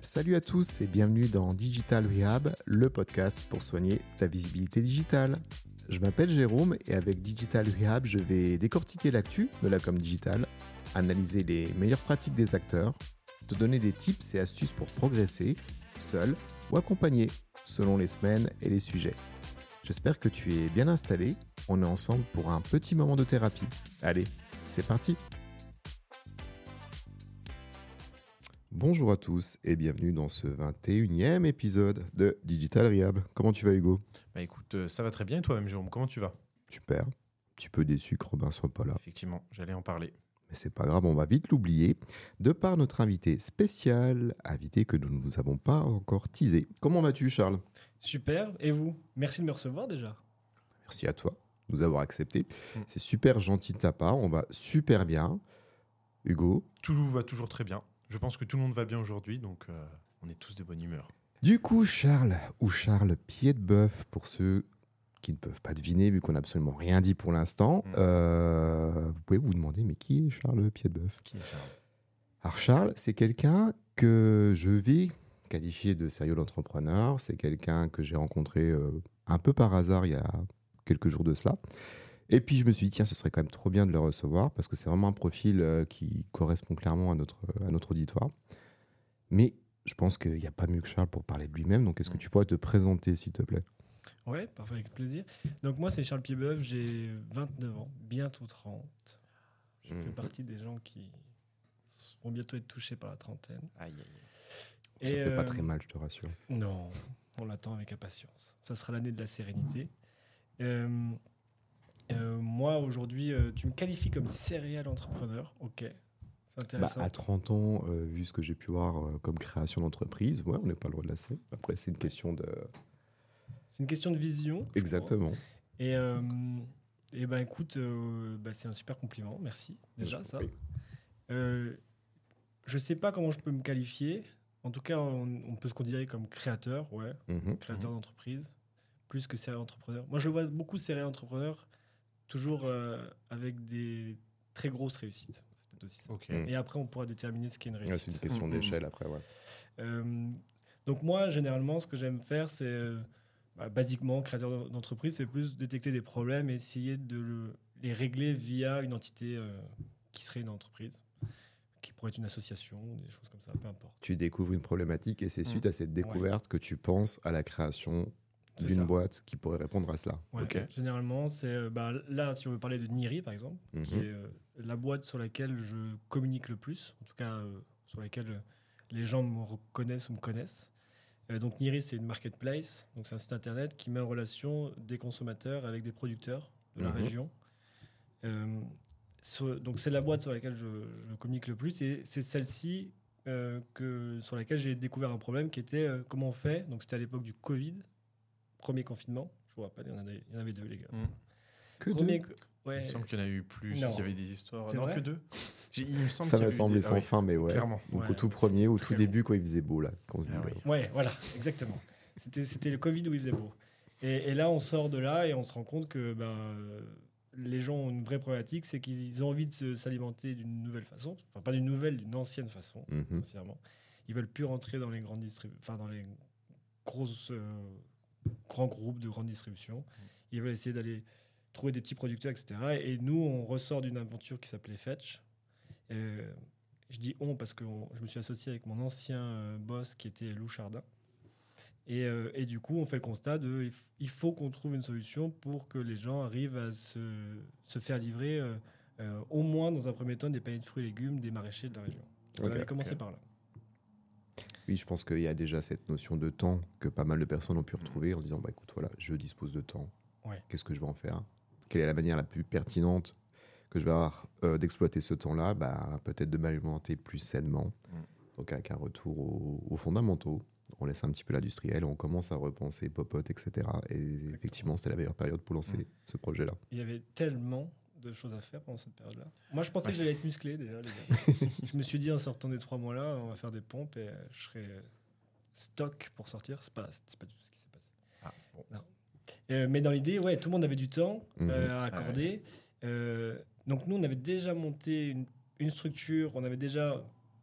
Salut à tous et bienvenue dans Digital Rehab, le podcast pour soigner ta visibilité digitale. Je m'appelle Jérôme et avec Digital Rehab, je vais décortiquer l'actu de la com digitale, analyser les meilleures pratiques des acteurs, te donner des tips et astuces pour progresser, seul ou accompagné, selon les semaines et les sujets. J'espère que tu es bien installé, on est ensemble pour un petit moment de thérapie. Allez, c'est parti! Bonjour à tous et bienvenue dans ce 21e épisode de Digital Rehab. Comment tu vas Hugo ? Bah écoute, ça va très bien et toi-même Jérôme, comment tu vas ? Super, un petit peu déçu que Robin soit pas là. Effectivement, j'allais en parler. Mais c'est pas grave, on va vite l'oublier. De par notre invité spécial, invité que nous ne vous avons pas encore teasé. Comment vas-tu Charles ? Super, et vous ? Merci de me recevoir déjà. Merci à toi de nous avoir accepté. C'est super gentil de ta part, on va super bien. Hugo ? Tout va toujours très bien. Je pense que tout le monde va bien aujourd'hui, donc on est tous de bonne humeur. Du coup, Charles Pied de Bœuf, pour ceux qui ne peuvent pas deviner, vu qu'on n'a absolument rien dit pour l'instant, vous pouvez vous demander, mais qui est Charles Pied de Bœuf ? Qui est Charles ? Alors Charles, c'est quelqu'un que je vais qualifier de serial entrepreneur. C'est quelqu'un que j'ai rencontré un peu par hasard il y a quelques jours de cela. Et puis je me suis dit, tiens, ce serait quand même trop bien de le recevoir parce que c'est vraiment un profil qui correspond clairement à notre auditoire. Mais je pense qu'il n'y a pas mieux que Charles pour parler de lui-même. Donc, est-ce que tu pourrais te présenter, s'il te plaît ? Ouais, parfait, avec plaisir. Donc moi, c'est Charles Piedboeuf, j'ai 29 ans, bientôt 30. Je fais partie des gens qui vont bientôt être touchés par la trentaine. Aïe, aïe. Ça ne fait pas très mal, je te rassure. Non, on l'attend avec impatience. Ça sera l'année de la sérénité. Moi, aujourd'hui, tu me qualifies comme serial entrepreneur. Ok, c'est intéressant. À 30 ans, vu ce que j'ai pu voir comme création d'entreprise, ouais, on n'est pas loin de la scène. Après, c'est une question de... C'est une question de vision. Exactement. Et ben écoute, c'est un super compliment. Merci déjà ça. Oui. Je sais pas comment je peux me qualifier. En tout cas, on peut se considérer comme créateur, ouais, créateur d'entreprise, plus que serial entrepreneur. Moi, je vois beaucoup de serial entrepreneurs toujours avec des très grosses réussites. C'est peut-être aussi ça. Okay. Et après, on pourra déterminer ce qu'est une réussite. Ouais, c'est une question d'échelle après, ouais. Donc moi, généralement, ce que j'aime faire, c'est basiquement, créateur d'entreprise, c'est plus détecter des problèmes et essayer de les régler via une entité qui serait une entreprise, qui pourrait être une association, des choses comme ça, peu importe. Tu découvres une problématique et c'est suite à cette découverte que tu penses à la création d'une boîte qui pourrait répondre à cela. Ouais, okay. Généralement, c'est là, si on veut parler de Niri, par exemple, qui est la boîte sur laquelle je communique le plus, en tout cas sur laquelle les gens me reconnaissent ou me connaissent. Donc Niri, c'est une marketplace, donc c'est un site internet qui met en relation des consommateurs avec des producteurs de la région. Donc c'est la boîte sur laquelle je communique le plus et c'est celle-ci sur laquelle j'ai découvert un problème qui était comment on fait. Donc c'était à l'époque du Covid. Premier confinement, je vous rappelle, il y en avait deux, les gars. Que deux ? Ouais. Il me semble qu'il y en a eu plus, Non. qu'il y avait des histoires. C'est non, vrai ? que deux. Il me semble ça qu'il y m'a semblé sans fin, mais ouais. Clairement. Donc Ouais, au tout premier, au tout très début, quand il faisait beau, là, qu'on se dit. Ouais, voilà, exactement. C'était le Covid où il faisait beau. Et là, on sort de là et on se rend compte que les gens ont une vraie problématique, c'est qu'ils ont envie de s'alimenter d'une nouvelle façon. Enfin, pas d'une nouvelle, d'une ancienne façon, sincèrement. Ils veulent plus rentrer dans les grandes dans les grands groupes de grande distribution. Ils veulent essayer d'aller trouver des petits producteurs, etc. Et nous, on ressort d'une aventure qui s'appelait Fetch. Je dis on parce que je me suis associé avec mon ancien boss qui était Lou Chardin. Et du coup, on fait le constat il faut qu'on trouve une solution pour que les gens arrivent à se faire livrer au moins dans un premier temps des paniers de fruits et légumes des maraîchers de la région. On avait commencé par là. Oui, je pense qu'il y a déjà cette notion de temps que pas mal de personnes ont pu retrouver en se disant écoute, voilà, je dispose de temps. Ouais. Qu'est-ce que je vais en faire ? Quelle est la manière la plus pertinente que je vais avoir d'exploiter ce temps-là ? Peut-être de m'alimenter plus sainement. Donc avec un retour aux fondamentaux. On laisse un petit peu l'industriel, on commence à repenser popote, etc. Et effectivement, c'était la meilleure période pour lancer ce projet-là. Il y avait tellement de choses à faire pendant cette période-là. Moi, je pensais que j'allais être musclé déjà, les gars. Je me suis dit, en sortant des 3 mois-là, on va faire des pompes et je serai stock pour sortir. C'est pas du tout ce qui s'est passé. Ah, bon. Non. Mais dans l'idée, ouais, tout le monde avait du temps à accorder. Donc nous, on avait déjà monté une structure, on avait déjà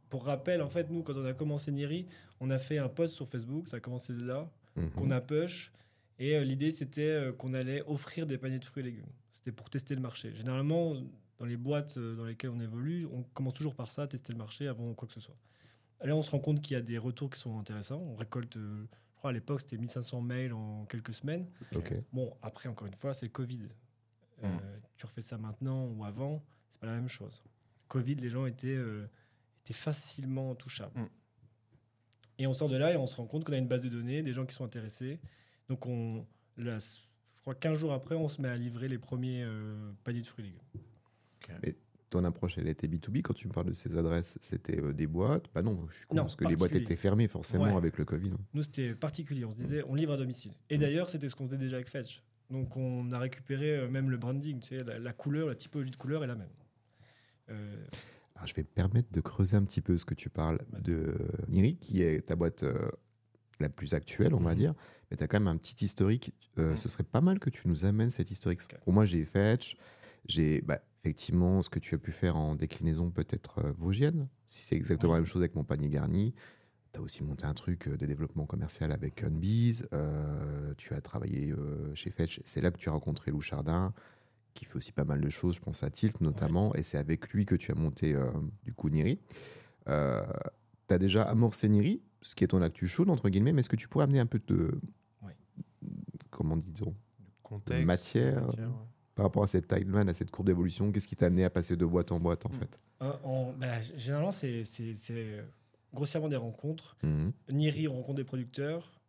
Pour rappel, en fait, nous, quand on a commencé Niri, on a fait un post sur Facebook, ça a commencé de là, qu'on a push. Et l'idée, c'était qu'on allait offrir des paniers de fruits et légumes. C'était pour tester le marché. Généralement, dans les boîtes dans lesquelles on évolue, on commence toujours par ça, tester le marché avant quoi que ce soit. Là, on se rend compte qu'il y a des retours qui sont intéressants. On récolte, je crois à l'époque, c'était 1500 mails en quelques semaines. Ok. Bon, après, encore une fois, c'est Covid. Tu refais ça maintenant ou avant, c'est pas la même chose. Covid, les gens étaient facilement touchables. Et on sort de là et on se rend compte qu'on a une base de données, des gens qui sont intéressés. Donc, là, je crois 15 jours après, on se met à livrer les premiers paniers de fruits et légumes. Mais ton approche, elle était B2B quand tu me parles de ces adresses. C'était des boîtes? Bah non, je suis con, Non, parce que les boîtes particulier. étaient fermées forcément Ouais. avec le Covid. Nous, c'était particulier. On se disait, on livre à domicile. Et d'ailleurs, c'était ce qu'on faisait déjà avec Fetch. Donc, on a récupéré même le branding. Tu sais, la couleur, la typologie de couleur est la même. Alors, je vais me permettre de creuser un petit peu ce que tu parles de Niri, qui est ta boîte la plus actuelle, on va dire. Mais tu as quand même un petit historique. Ce serait pas mal que tu nous amènes cet historique. Okay. Pour moi, j'ai Fetch. J'ai effectivement ce que tu as pu faire en déclinaison peut-être vosgienne, si c'est exactement la même chose avec mon panier garni. Tu as aussi monté un truc de développement commercial avec Unbees. Tu as travaillé chez Fetch. C'est là que tu as rencontré Lou Chardin, qui fait aussi pas mal de choses. Je pense à Tilt notamment. Et c'est avec lui que tu as monté du coup Niri. Tu as déjà amorcé Niri, ce qui est ton actu chaude, entre guillemets. Mais est-ce que tu pourrais amener un peu de... comment dit-on, contexte, matière par rapport à cette timeline, à cette courbe d'évolution? Qu'est-ce qui t'a amené à passer de boîte en boîte, en fait? Généralement, c'est grossièrement des rencontres. Niri, on rencontre des producteurs.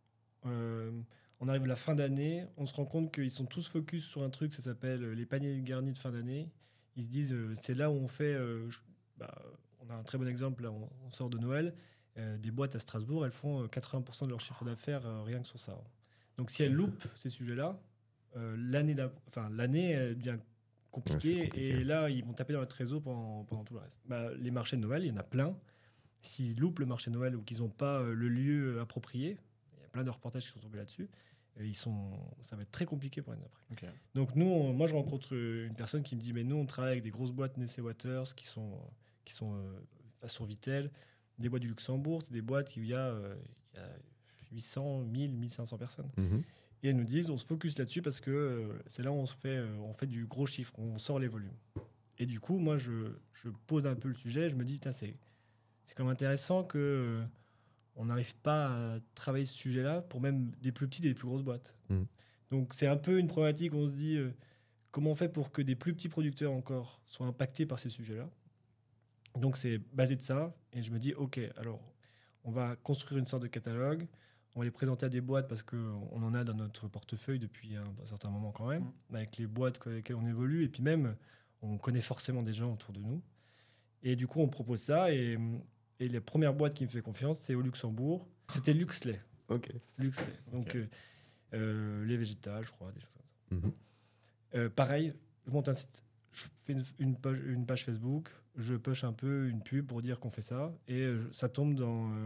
On arrive à la fin d'année. On se rend compte qu'ils sont tous focus sur un truc, ça s'appelle les paniers garnis de fin d'année. Ils se disent, c'est là où on fait... on a un très bon exemple, là, on sort de Noël. Des boîtes à Strasbourg, elles font 80% de leur chiffre d'affaires rien que sur ça. Donc, si elles loupent ces sujets-là, l'année devient compliquée, et là ils vont taper dans le trésor pendant tout le reste. Les marchés de Noël, il y en a plein. S'ils loupent le marché de Noël ou qu'ils n'ont pas le lieu approprié, il y a plein de reportages qui sont tombés là-dessus, ça va être très compliqué pour l'année d'après. Donc moi je rencontre une personne qui me dit, mais nous on travaille avec des grosses boîtes Nestlé Waters qui sont à Sourvitel, des boîtes du Luxembourg, c'est des boîtes où il y a 800, 1000, 1500 personnes. Et elles nous disent, on se focus là-dessus parce que c'est là où on fait du gros chiffre, on sort les volumes. Et du coup, moi, je pose un peu le sujet, je me dis, putain, c'est quand même intéressant que on n'arrive pas à travailler ce sujet-là pour même des plus petites et des plus grosses boîtes. Donc, c'est un peu une problématique, on se dit, comment on fait pour que des plus petits producteurs encore soient impactés par ces sujets-là? Donc, c'est basé de ça. Et je me dis, OK, alors, on va construire une sorte de catalogue. On va les présenter à des boîtes parce qu'on en a dans notre portefeuille depuis un certain moment quand même, avec les boîtes avec lesquelles on évolue. Et puis même, on connaît forcément des gens autour de nous. Et du coup, on propose ça. Et la première boîte qui me fait confiance, c'est au Luxembourg. C'était Luxley. Luxley. Donc, les végétales, je crois, des choses comme ça. Pareil, je monte un site. Je fais une page Facebook. Je push un peu une pub pour dire qu'on fait ça. Et ça tombe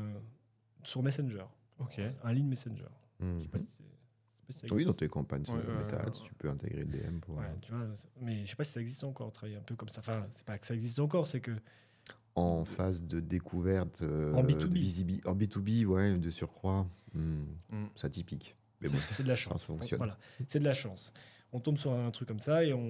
sur Messenger. Un lead messenger. Je sais pas si ça oui, dans tes campagnes sur Meta Ads, tu peux intégrer le DM pour... tu vois, mais je sais pas si ça existe encore, travailler un peu comme ça. Enfin, c'est pas que ça existe encore, c'est que... En phase de découverte... en B2B. En B2B, ouais, de surcroît, c'est atypique. Mais c'est de la chance. Voilà, c'est de la chance. On tombe sur un truc comme ça et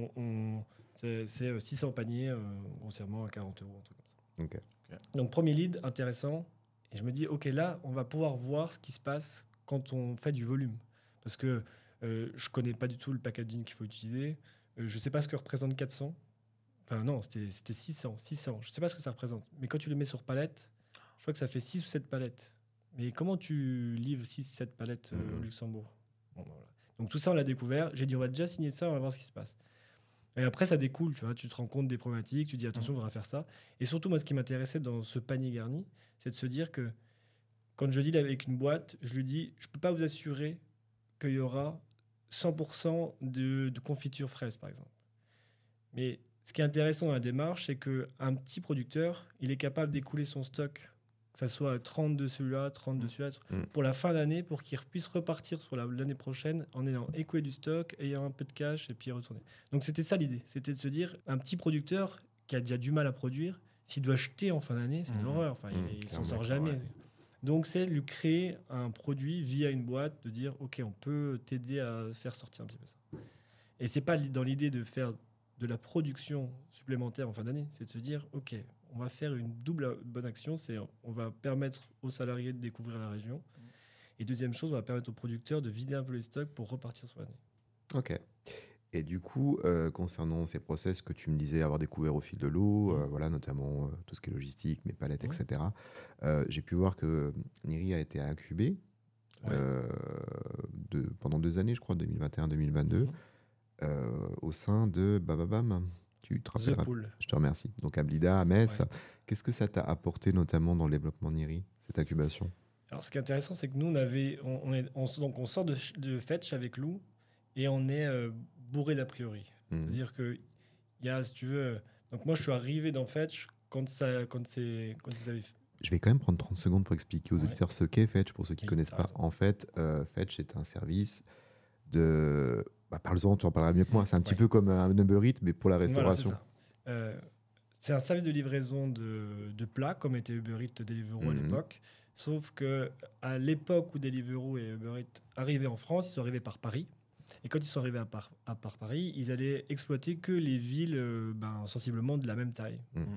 c'est 600 paniers, grossièrement à 40 €, un truc comme ça. Donc, premier lead, intéressant. Et je me dis, OK, là, on va pouvoir voir ce qui se passe quand on fait du volume. Parce que je ne connais pas du tout le packaging qu'il faut utiliser. Je ne sais pas ce que représente 400. Enfin, non, c'était 600. Je ne sais pas ce que ça représente. Mais quand tu le mets sur palette, je crois que ça fait 6 ou 7 palettes. Mais comment tu livres 6 ou 7 palettes au Luxembourg? Voilà. Donc, tout ça, on l'a découvert. J'ai dit, on va déjà signer ça, on va voir ce qui se passe. Et après, ça découle, tu vois. Tu te rends compte des problématiques, tu dis, attention, on va faire ça. Et surtout, moi, ce qui m'intéressait dans ce panier garni, c'est de se dire que quand je deal avec une boîte, je lui dis, je ne peux pas vous assurer qu'il y aura 100% de confiture fraise, par exemple. Mais ce qui est intéressant dans la démarche, c'est qu'un petit producteur, il est capable d'écouler son stock, que ça soit 30 de celui-là, 30 de celui-là, pour la fin d'année, pour qu'il puisse repartir sur l'année prochaine en ayant écoulé du stock, ayant un peu de cash et puis retourner. Donc c'était ça l'idée, c'était de se dire, un petit producteur qui a déjà du mal à produire, S'il doit jeter en fin d'année, c'est une horreur. Enfin, il s'en sort jamais. Ouais. Donc, c'est lui créer un produit via une boîte, de dire, OK, on peut t'aider à faire sortir un petit peu ça. Et c'est pas dans l'idée de faire de la production supplémentaire en fin d'année, c'est de se dire, OK, on va faire une double bonne action, c'est on va permettre aux salariés de découvrir la région. Et deuxième chose, on va permettre aux producteurs de vider un peu les stocks pour repartir sur l'année. Ok. Et du coup, concernant ces process que tu me disais avoir découvert au fil de l'eau, voilà, notamment tout ce qui est logistique, mes palettes, etc., j'ai pu voir que Niri a été incubé pendant 2 années, je crois, 2021-2022, au sein de Bababam. Tu te rappelleras. The Pool. Je te remercie. Donc à Blida, à Metz. Ouais. Qu'est-ce que ça t'a apporté notamment dans le développement de Niri, cette incubation? Alors, ce qui est intéressant, c'est que nous, on sort de Fetch avec Lou et on est bourré d'a priori. C'est-à-dire que, si tu veux... Donc, moi, je suis arrivé dans Fetch quand ils avaient... Je vais quand même prendre 30 secondes pour expliquer aux auditeurs ce qu'est Fetch, pour ceux qui ne connaissent pas. raison. En fait, Fetch est un service de... parle-en, tu en parleras mieux que moi. C'est un petit peu comme un Uber Eats, mais pour la restauration. Voilà, c'est ça. C'est un service de livraison de plats, comme était Uber Eats, Deliveroo à l'époque. Sauf qu'à l'époque où Deliveroo et Uber Eats arrivaient en France, ils sont arrivés par Paris. Et quand ils sont arrivés à par Paris, ils allaient exploiter que les villes sensiblement de la même taille.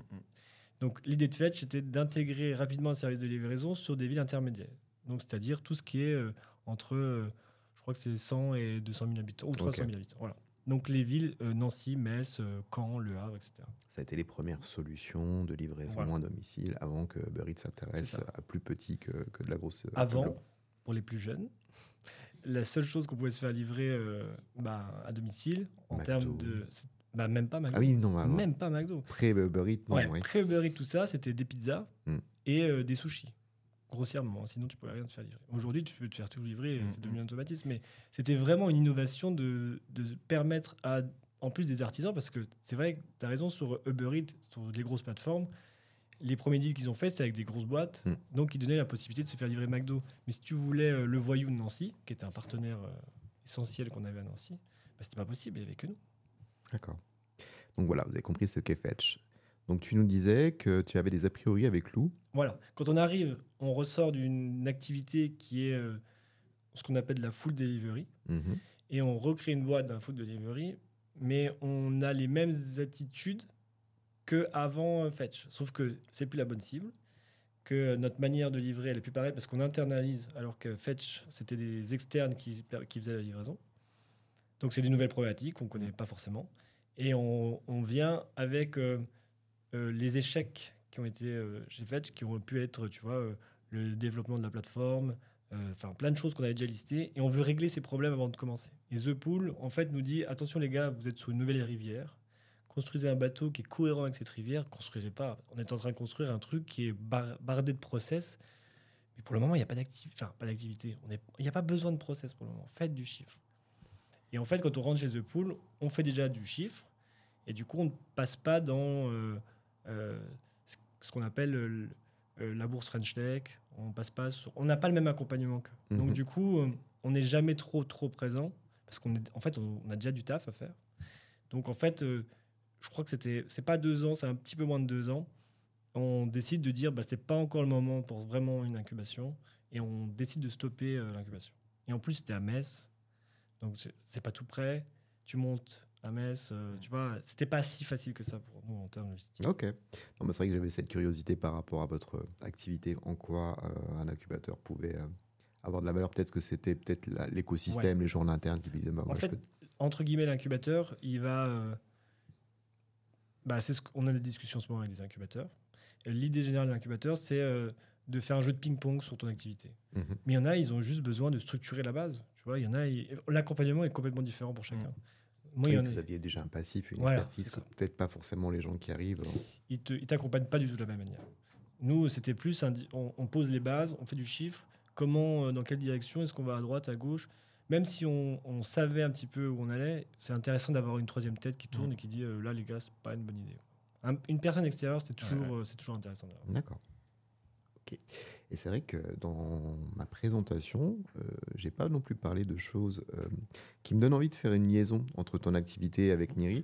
Donc l'idée de Fetch, c'était d'intégrer rapidement un service de livraison sur des villes intermédiaires. Donc c'est-à-dire tout ce qui est entre, je crois que c'est 100 et 200 000 habitants, ou 300 000 habitants. Voilà. Donc les villes Nancy, Metz, Caen, Le Havre, etc. Ça a été les premières solutions de livraison à domicile avant que Uber Eats s'intéresse à plus petit que de la grosse... Avant, pour les plus jeunes, la seule chose qu'on pouvait se faire livrer à domicile, en termes de... même pas McDo. Ah oui, non, même pas McDo. Pré-Uber Eats, non. Ouais, pré-Uber Eats, tout ça, c'était des pizzas et des sushis. Grossièrement, sinon tu ne pouvais rien te faire livrer. Aujourd'hui, tu peux te faire tout livrer, c'est devenu un automatisme. Mais c'était vraiment une innovation de permettre en plus des artisans, parce que c'est vrai que tu as raison, sur Uber Eats, sur les grosses plateformes, les premiers deals qu'ils ont fait, c'était avec des grosses boîtes, donc ils donnaient la possibilité de se faire livrer McDo. Mais si tu voulais le Voyou de Nancy, qui était un partenaire essentiel qu'on avait à Nancy, c'était pas possible, il n'y avait que nous. D'accord. Donc voilà, vous avez compris ce qu'est Fetch. Donc tu nous disais que tu avais des a priori avec Lou. Voilà. Quand on arrive, on ressort d'une activité qui est ce qu'on appelle de la food delivery. Et on recrée une boîte d'un food delivery, mais on a les mêmes attitudes qu'avant Fetch. Sauf que c'est plus la bonne cible, que notre manière de livrer, elle est plus pareille parce qu'on internalise, alors que Fetch, c'était des externes qui faisaient la livraison. Donc c'est des nouvelles problématiques qu'on ne connaît pas forcément. Et on vient avec... les échecs qui ont été chez Fetch, qui ont pu être, tu vois, le développement de la plateforme, plein de choses qu'on avait déjà listées, et on veut régler ces problèmes avant de commencer. Et The Pool, en fait, nous dit, attention les gars, vous êtes sur une nouvelle rivière, construisez un bateau qui est cohérent avec cette rivière, construisez pas. On est en train de construire un truc qui est bardé de process, mais pour le moment, il n'y a pas d'activité. Il n'y a pas besoin de process pour le moment. Faites du chiffre. Et en fait, quand on rentre chez The Pool, on fait déjà du chiffre, et du coup, on ne passe pas dans... ce qu'on appelle la bourse French Tech, on n'a pas le même accompagnement qu'eux. Donc du coup, on n'est jamais trop présent parce on a déjà du taf à faire. Donc en fait, je crois que c'est pas 2 ans, c'est un petit peu moins de 2 ans. On décide de dire c'est pas encore le moment pour vraiment une incubation et on décide de stopper l'incubation. Et en plus, c'était à Metz, donc c'est pas tout près. Tu montes à Metz, tu vois, c'était pas si facile que ça pour nous en termes logistiques. Ok. Non, c'est vrai que j'avais cette curiosité par rapport à votre activité, en quoi un incubateur pouvait avoir de la valeur. Peut-être que c'était l'écosystème, les gens en interne qui disaient... en fait, entre guillemets, l'incubateur, il va... on a des discussions en ce moment avec des incubateurs. Et l'idée générale de l'incubateur, c'est de faire un jeu de ping-pong sur ton activité. Mais il y en a, ils ont juste besoin de structurer la base. Tu vois, il y en a, l'accompagnement est complètement différent pour chacun. Moi, vous aviez déjà un passif, une expertise, peut-être pas forcément les gens qui arrivent. Ils t'accompagnent pas du tout de la même manière. Nous, c'était plus, on pose les bases, on fait du chiffre, comment, dans quelle direction, est-ce qu'on va à droite, à gauche. Même si on savait un petit peu où on allait, c'est intéressant d'avoir une troisième tête qui tourne et qui dit, là les gars, c'est pas une bonne idée. Une personne extérieure, c'est toujours intéressant. D'accord. Okay. Et c'est vrai que dans ma présentation, j'ai pas non plus parlé de choses qui me donnent envie de faire une liaison entre ton activité avec Niri.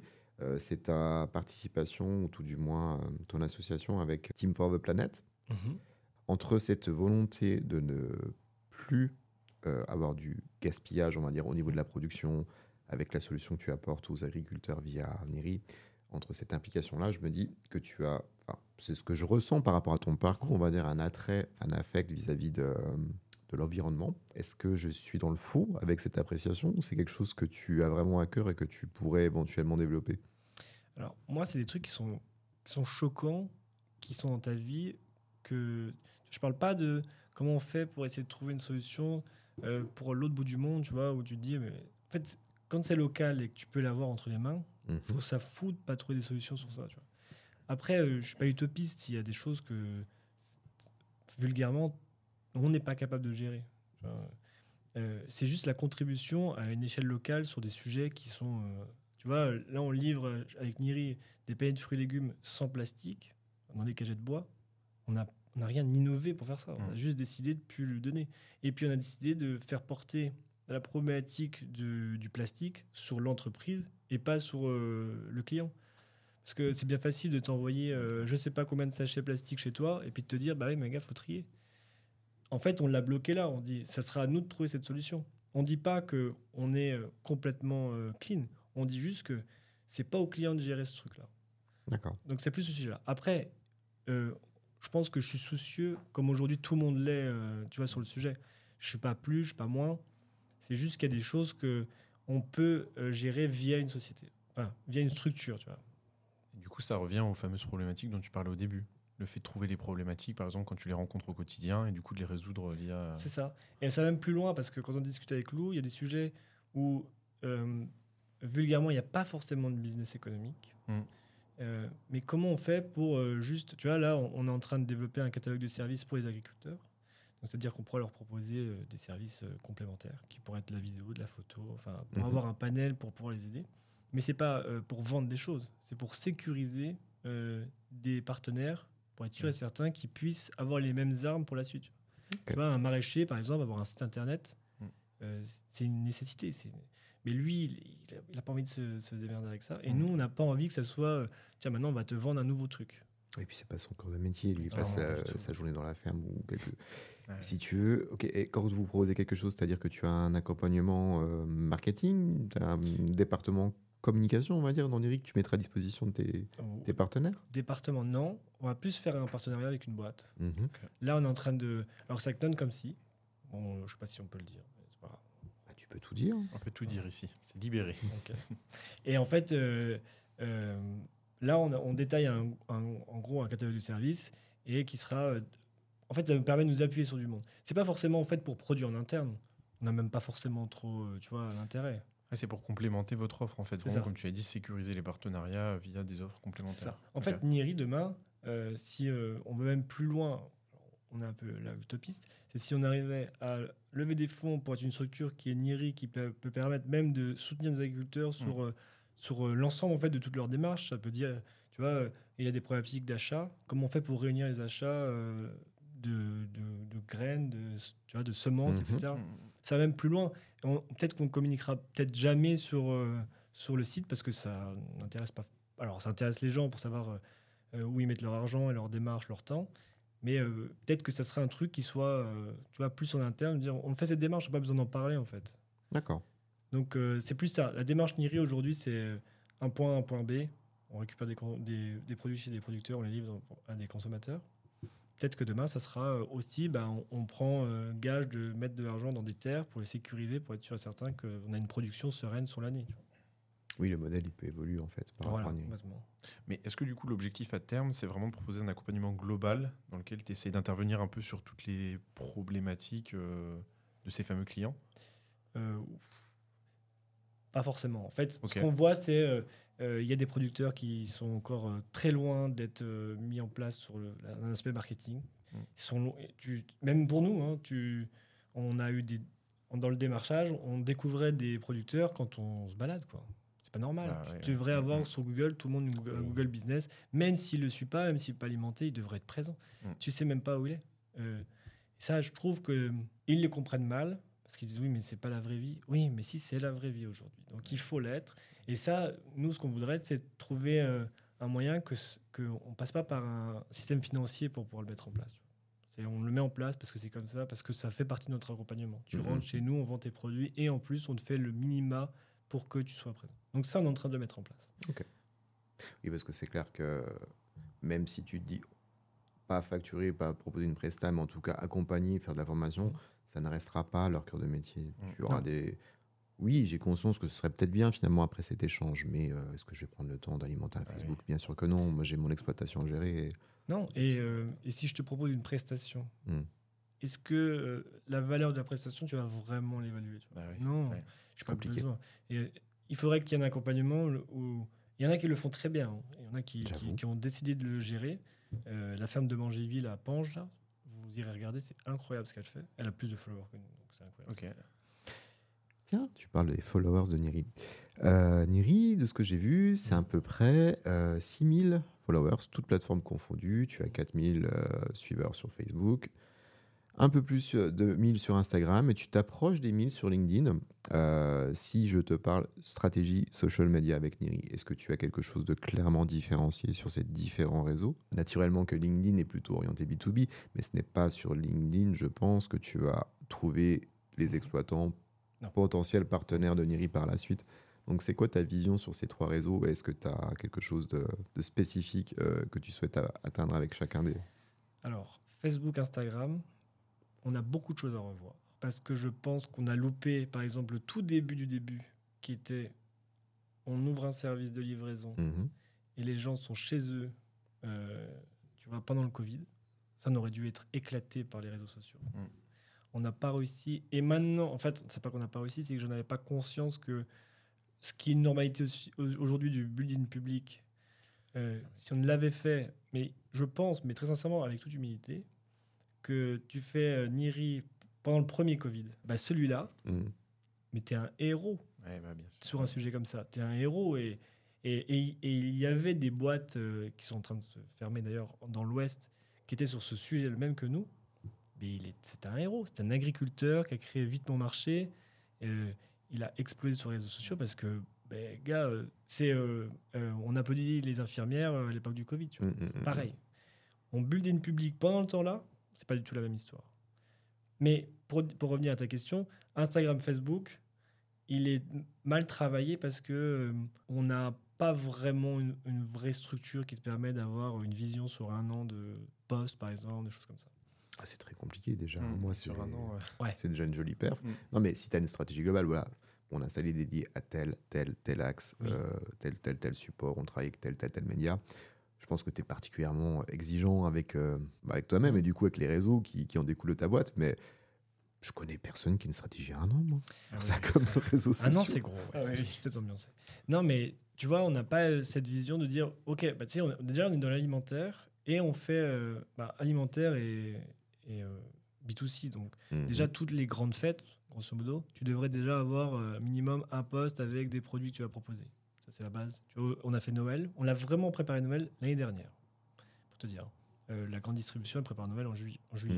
c'est ta participation, ou tout du moins ton association avec Team for the Planet. Entre cette volonté de ne plus avoir du gaspillage, on va dire, au niveau de la production, avec la solution que tu apportes aux agriculteurs via Neri, entre cette implication-là, je me dis que tu as, c'est ce que je ressens par rapport à ton parcours, on va dire un attrait, un affect vis-à-vis de l'environnement. Est-ce que je suis dans le faux avec cette appréciation, ou c'est quelque chose que tu as vraiment à cœur et que tu pourrais éventuellement développer? Alors, moi, c'est des trucs qui sont choquants, qui sont dans ta vie, que je parle pas de comment on fait pour essayer de trouver une solution pour l'autre bout du monde, tu vois, où tu te dis, mais en fait, quand c'est local et que tu peux l'avoir entre les mains, je trouve ça fou de pas trouver des solutions sur ça, tu vois. Après, je suis pas utopiste, il y a des choses que, vulgairement, on n'est pas capable de gérer. Tu vois. C'est juste la contribution à une échelle locale sur des sujets qui sont... tu vois, là, on livre avec Niri des paniers de fruits et légumes sans plastique, dans des cagettes de bois. On n'a rien innové pour faire ça. On a juste décidé de ne plus le donner. Et puis, on a décidé de faire porter la problématique du plastique sur l'entreprise et pas sur le client. Parce que c'est bien facile de t'envoyer je ne sais pas combien de sachets plastiques chez toi et puis de te dire, bah oui, mais gars, faut trier. En fait, on l'a bloqué là. On dit, ça sera à nous de trouver cette solution. On ne dit pas qu'on est complètement clean. On dit juste que c'est pas au client de gérer ce truc-là. D'accord. Donc, c'est plus ce sujet-là. Après, je pense que je suis soucieux, comme aujourd'hui tout le monde l'est, tu vois, sur le sujet. Je suis pas plus, je suis pas moins. C'est juste qu'il y a des choses qu'on peut gérer via une société, enfin, via une structure, tu vois. Et du coup, ça revient aux fameuses problématiques dont tu parlais au début. Le fait de trouver les problématiques, par exemple, quand tu les rencontres au quotidien, et du coup de les résoudre via... C'est ça. Et ça va même plus loin, parce que quand on discute avec Lou, il y a des sujets où, vulgairement, il n'y a pas forcément de business économique. Mais comment on fait pour juste... Tu vois, là, on est en train de développer un catalogue de services pour les agriculteurs. Donc, c'est-à-dire qu'on pourrait leur proposer des services complémentaires, qui pourraient être de la vidéo, de la photo, enfin, pour avoir un panel pour pouvoir les aider. Mais ce n'est pas pour vendre des choses, c'est pour sécuriser des partenaires, pour être sûr et certain qu'ils puissent avoir les mêmes armes pour la suite. Okay. Tu vois, un maraîcher, par exemple, avoir un site internet, c'est une nécessité. Mais lui, il n'a pas envie de se démerder avec ça. Et nous, on n'a pas envie que ça soit tiens, maintenant, on va te vendre un nouveau truc. Et puis, c'est pas son corps de métier. Lui, il passe sa journée dans la ferme ou quelque... Si tu veux, ok. Et quand vous proposez quelque chose, c'est-à-dire que tu as un accompagnement marketing, un département communication, on va dire, dans Neri, que tu mettras à disposition de tes partenaires? Département, non. On va plus faire un partenariat avec une boîte. Okay. Là, on est en train de... Alors, ça donne comme si... Bon, je ne sais pas si on peut le dire. Mais c'est pas grave. Bah, tu peux tout dire. On peut tout dire ici. C'est libéré. Okay. Et en fait, là, on détaille en gros un catalogue de services et qui sera... en fait, ça nous permet de nous appuyer sur du monde. C'est pas forcément en fait pour produire en interne. On n'a même pas forcément trop, tu vois, l'intérêt. C'est pour complémenter votre offre, en fait. Vraiment, comme tu as dit, sécuriser les partenariats via des offres complémentaires. C'est ça. En fait, Neri, demain, si on veut même plus loin, on est un peu là utopiste, c'est si on arrivait à lever des fonds pour être une structure qui est Neri, qui peut permettre même de soutenir les agriculteurs sur l'ensemble en fait, de toutes leurs démarches. Ça peut dire, tu vois, il y a des problématiques d'achat. Comment on fait pour réunir les achats de graines, de semences, etc. Ça va même plus loin. Peut-être qu'on ne communiquera peut-être jamais sur le site parce que ça n'intéresse pas. Alors, ça intéresse les gens pour savoir où ils mettent leur argent et leur démarche, leur temps. Mais peut-être que ça serait un truc qui soit tu vois, plus en interne. Dire, on fait cette démarche, on n'a pas besoin d'en parler, en fait. D'accord. Donc, c'est plus ça. La démarche Neri, aujourd'hui, c'est un point A, un point B. On récupère des produits chez des producteurs, on les livre à des consommateurs. Peut-être que demain, ça sera aussi, on prend gage de mettre de l'argent dans des terres pour les sécuriser, pour être sûr et certain qu'on a une production sereine sur l'année. Oui, le modèle, il peut évoluer en fait. Mais est-ce que du coup, l'objectif à terme, c'est vraiment de proposer un accompagnement global dans lequel tu essaies d'intervenir un peu sur toutes les problématiques de ces fameux clients? Pas forcément. En fait, ce qu'on voit, c'est y a des producteurs qui sont encore très loin d'être mis en place sur un aspect marketing. Ils sont même pour nous, hein, on a eu dans le démarchage, on découvrait des producteurs quand on se balade, quoi. C'est pas normal. Tu devrais avoir sur Google, tout le monde Google Business, même s'il le suit pas, même s'il n'est pas alimenté, il devrait être présent. Tu sais même pas où il est. Ça, je trouve qu'ils les comprennent mal. Parce qu'ils disent oui, mais c'est pas la vraie vie. Oui, mais si, c'est la vraie vie aujourd'hui. Donc il faut l'être. Et ça, nous, ce qu'on voudrait, c'est trouver un moyen qu'on passe pas par un système financier pour pouvoir le mettre en place. On le met en place parce que c'est comme ça, parce que ça fait partie de notre accompagnement. Tu rentres chez nous, on vend tes produits et en plus, on te fait le minima pour que tu sois présent. Donc ça, on est en train de le mettre en place. Ok. Oui, parce que c'est clair que même si tu te dis pas facturer, pas proposer une presta, mais en tout cas accompagner, faire de la formation, ça ne restera pas leur cœur de métier. Tu auras des... Oui, j'ai conscience que ce serait peut-être bien finalement après cet échange, mais est-ce que je vais prendre le temps d'alimenter un Facebook ? Bien sûr que non. Moi, j'ai mon exploitation à gérer. Non, et si je te propose une prestation, est-ce que la valeur de la prestation, tu vas vraiment l'évaluer ? Non, je n'ai pas besoin. Et, il faudrait qu'il y ait un accompagnement où il y en a qui le font très bien. Hein. Il y en a qui ont décidé de le gérer. La ferme de Mangéville à Pange, là, vous irez regarder, c'est incroyable ce qu'elle fait. Elle a plus de followers que nous, donc c'est incroyable. Tiens, tu parles des followers de Niri. Niri, de ce que j'ai vu, c'est à peu près 6000 followers, toutes plateformes confondues. Tu as 4000 suiveurs sur Facebook, un peu plus de 1000 sur Instagram, et tu t'approches des 1000 sur LinkedIn. Si je te parle stratégie social media avec Niri, est-ce que tu as quelque chose de clairement différencié sur ces différents réseaux ? Naturellement que LinkedIn est plutôt orienté B2B, mais ce n'est pas sur LinkedIn, je pense, que tu vas trouver les exploitants potentiels partenaires de Niri par la suite. Donc, c'est quoi ta vision sur ces 3 réseaux ? Est-ce que tu as quelque chose de spécifique que tu souhaites atteindre avec chacun des... Alors, Facebook, Instagram, on a beaucoup de choses à revoir. Parce que je pense qu'on a loupé, par exemple, le tout début du début, qui était on ouvre un service de livraison et les gens sont chez eux, tu vois, pendant le Covid. Ça n'aurait dû être éclaté par les réseaux sociaux. On n'a pas réussi. Et maintenant, en fait, c'est pas qu'on n'a pas réussi, c'est que je n'avais pas conscience que ce qui est une normalité aujourd'hui du building public, si on l'avait fait, mais je pense, mais très sincèrement, avec toute humilité, que tu fais Niri pendant le premier Covid, bah celui-là, mais t'es un héros sur un sujet comme ça. T'es un héros et il y avait des boîtes qui sont en train de se fermer d'ailleurs dans l'Ouest, qui étaient sur ce sujet le même que nous. Mais c'est un héros, c'est un agriculteur qui a créé vite mon marché. Il a explosé sur les réseaux sociaux parce que, gars, on applaudit les infirmières à l'époque du Covid. Tu vois. Pareil. On building public pendant le temps là, c'est pas du tout la même histoire. Mais pour revenir à ta question, Instagram, Facebook, il est mal travaillé parce que on n'a pas vraiment une vraie structure qui te permet d'avoir une vision sur un an de post, par exemple, des choses comme ça. Ah, c'est très compliqué déjà. Moi, sur un an, c'est déjà une jolie perf. Non, mais si tu as une stratégie globale, voilà, on a installé dédié à tel axe, tel support, on travaille avec tel média. Je pense que tu es particulièrement exigeant avec toi-même et du coup avec les réseaux qui en découlent de ta boîte. Mais je connais personne qui a une stratégie à un an, moi. Ça comme nos réseaux sociaux. Un an, c'est gros. Ouais. Je suis peut-être ambiancé. Non, mais tu vois, on n'a pas cette vision de dire, OK, tu sais, déjà, on est dans l'alimentaire et on fait alimentaire et B2C. Donc, déjà, toutes les grandes fêtes, grosso modo, tu devrais déjà avoir minimum un poste avec des produits que tu vas proposer. Ça, c'est la base. Tu vois, on a fait Noël. On l'a vraiment préparé Noël l'année dernière, pour te dire. La grande distribution, elle prépare Noël en juillet.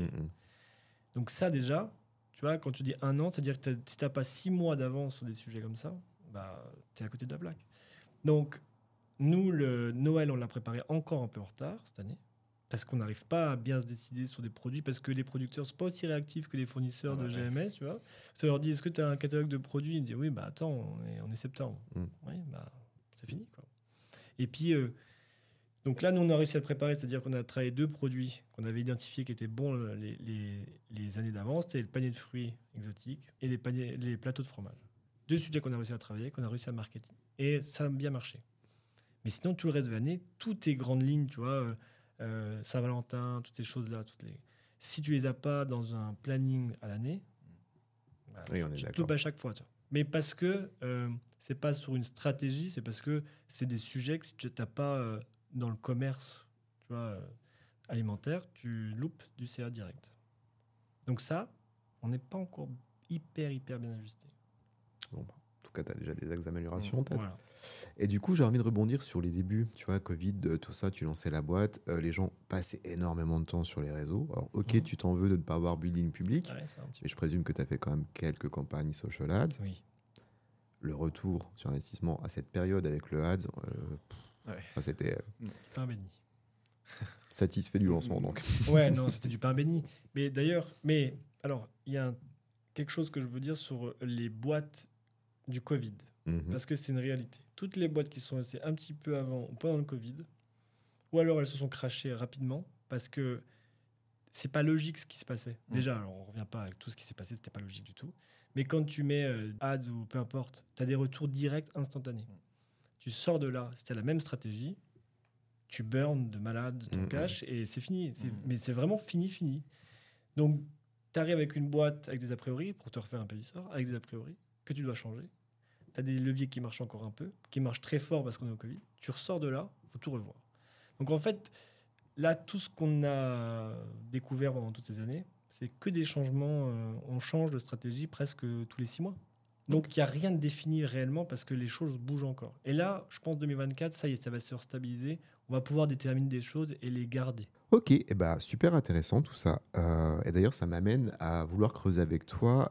Donc ça, déjà, tu vois, quand tu dis un an, c'est-à-dire que si tu n'as pas 6 mois d'avance sur des sujets comme ça, tu es à côté de la plaque. Donc, nous, le Noël, on l'a préparé encore un peu en retard cette année, parce qu'on n'arrive pas à bien se décider sur des produits, parce que les producteurs ne sont pas aussi réactifs que les fournisseurs de GMS, tu vois. Tu leur dis, est-ce que tu as un catalogue de produits ? Ils me disent, oui, attends, on est septembre. Oui, c'est fini, quoi. Et puis, donc là, nous, on a réussi à le préparer, c'est-à-dire qu'on a travaillé 2 produits qu'on avait identifiés qui étaient bons les années d'avance, c'était le panier de fruits exotiques et les plateaux de fromage. 2 sujets qu'on a réussi à travailler, qu'on a réussi à marketer. Et ça a bien marché. Mais sinon, tout le reste de l'année, toutes tes grandes lignes, tu vois, Saint-Valentin, toutes ces choses-là, si tu les as pas dans un planning à l'année, tu te loupes à chaque fois. Tu vois. Mais parce que c'est pas sur une stratégie, c'est parce que c'est des sujets que si tu n'as pas dans le commerce, tu vois, alimentaire, tu loupes du CA direct. Donc ça, on n'est pas encore hyper bien ajusté. Bon, cas, tu as déjà des axes d'amélioration, peut-être. Voilà. Et du coup, j'ai envie de rebondir sur les débuts. Tu vois, Covid, tout ça, tu lançais la boîte. Les gens passaient énormément de temps sur les réseaux. Alors, ok, Mhm. tu t'en veux de ne pas avoir building public, Ouais, c'est un petit mais je présume que tu as fait quand même quelques campagnes social ads. peu. Oui. Le retour sur investissement à cette période avec le ads, Ouais. c'était Pain béni. satisfait du lancement. Donc. Ouais, non, c'était du pain béni. Mais d'ailleurs, alors, il y a quelque chose que je veux dire sur les boîtes du Covid. Mhm. Parce que c'est une réalité. Toutes les boîtes qui sont restées un petit peu avant ou pendant le Covid, ou alors elles se sont crashées rapidement parce que c'est pas logique ce qui se passait. Déjà, alors on revient pas avec tout ce qui s'est passé, c'était pas logique du tout. Mais quand tu mets ads ou peu importe, tu as des retours directs instantanés. Tu sors de là, c'était la même stratégie, tu burn de malade ton cash et c'est fini. Mais c'est vraiment fini. Donc, tu arrives avec une boîte avec des a priori pour te refaire un peu d'histoire, avec des a priori que tu dois changer. Tu as des leviers qui marchent encore un peu, qui marchent très fort parce qu'on est au Covid. Tu ressors de là, il faut tout revoir. Donc en fait, là, tout ce qu'on a découvert pendant toutes ces années, c'est que des changements. On change de stratégie presque tous les 6 mois. Donc il n'y a rien de défini réellement parce que les choses bougent encore. Et là, je pense 2024, ça y est, ça va se stabiliser. On va pouvoir déterminer des choses et les garder. Ok, super intéressant tout ça. Et d'ailleurs, ça m'amène à vouloir creuser avec toi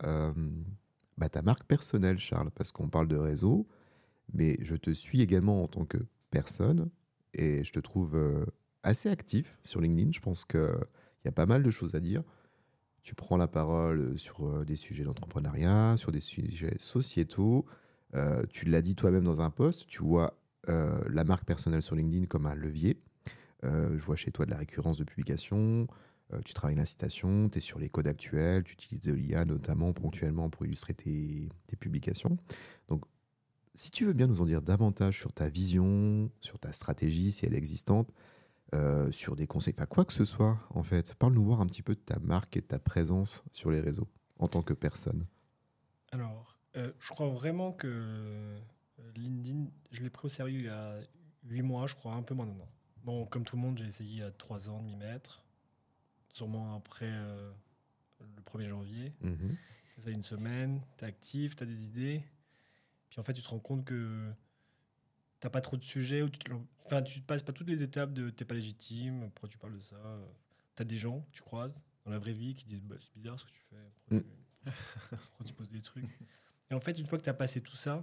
ta marque personnelle, Charles, parce qu'on parle de réseau, mais je te suis également en tant que personne et je te trouve assez actif sur LinkedIn. Je pense qu'il y a pas mal de choses à dire. Tu prends la parole sur des sujets d'entrepreneuriat, sur des sujets sociétaux. Tu l'as dit toi-même dans un post, tu vois la marque personnelle sur LinkedIn comme un levier. Je vois chez toi de la récurrence de publication, tu travailles l'incitation, tu es sur les codes actuels, tu utilises de l'IA notamment ponctuellement pour illustrer tes publications. Donc, si tu veux bien nous en dire davantage sur ta vision, sur ta stratégie, si elle est existante, sur des conseils, enfin quoi que ce soit en fait, parle-nous voir un petit peu de ta marque et de ta présence sur les réseaux en tant que personne. Alors, je crois vraiment que LinkedIn, je l'ai pris au sérieux il y a 8 mois, je crois, un peu moins d'un an. Bon, comme tout le monde, j'ai essayé il y a 3 ans de m'y mettre, sûrement après le 1er janvier. Mhm. Ça une semaine, tu es actif, tu as des idées. Puis en fait, tu te rends compte que tu n'as pas trop de sujets, ou tu passes pas toutes les étapes de t'es pas légitime, pourquoi tu parles de ça. Tu as des gens que tu croises dans la vraie vie qui disent c'est bizarre ce que tu fais, pourquoi tu poses des trucs. Et en fait, une fois que tu as passé tout ça,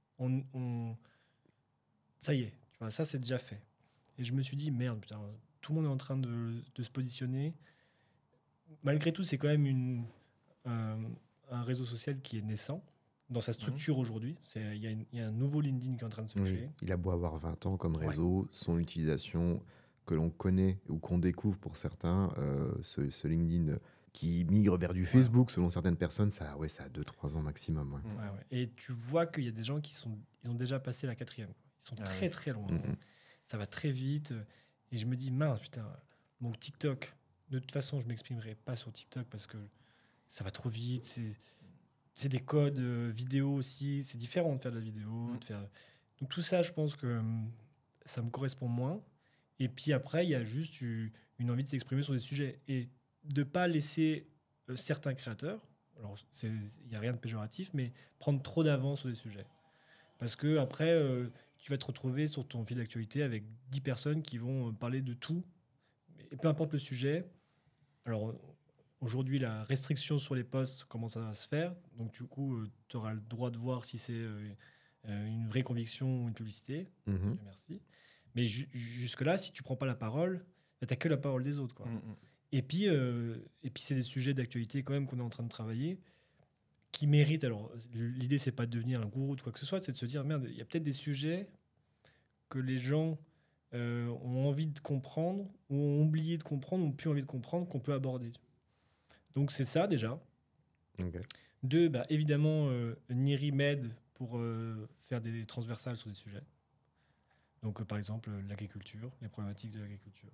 ça y est, tu vois, ça c'est déjà fait. Et je me suis dit, merde, putain, tout le monde est en train de se positionner. Malgré tout, c'est quand même un réseau social qui est naissant dans sa structure aujourd'hui. Il y a un nouveau LinkedIn qui est en train de se créer. Il a beau avoir 20 ans comme réseau, son utilisation que l'on connaît ou qu'on découvre pour certains, ce LinkedIn qui migre vers du Facebook selon certaines personnes, ça a 2-3 ans maximum. Ouais. Et tu vois qu'il y a des gens ils ont déjà passé la 4e. Ils sont très loin. Ça va très vite. Et je me dis, mince, putain, mon TikTok, de toute façon, je ne m'exprimerai pas sur TikTok parce que ça va trop vite. C'est des codes vidéo aussi. C'est différent de faire de la vidéo. Donc tout ça, je pense que ça me correspond moins. Et puis après, il y a juste une envie de s'exprimer sur des sujets. Et de ne pas laisser certains créateurs, alors il n'y a rien de péjoratif, mais prendre trop d'avance sur des sujets. Parce que après, tu vas te retrouver sur ton fil d'actualité avec 10 personnes qui vont parler de tout. Et peu importe le sujet. Alors aujourd'hui, la restriction sur les posts commence à se faire. Donc du coup, tu auras le droit de voir si c'est une vraie conviction ou une publicité. Merci. Mais jusque-là, si tu prends pas la parole, tu n'as que la parole des autres, quoi. Et puis c'est des sujets d'actualité quand même qu'on est en train de travailler qui méritent. Alors, l'idée, c'est pas de devenir un gourou de quoi que ce soit, c'est de se dire, merde, il y a peut-être des sujets que les gens ont envie de comprendre, ou ont oublié de comprendre, ou plus envie de comprendre, qu'on peut aborder. Donc, c'est ça, déjà. Okay. 2, évidemment, Niri m'aide pour faire des transversales sur des sujets. Donc, par exemple, l'agriculture, les problématiques de l'agriculture.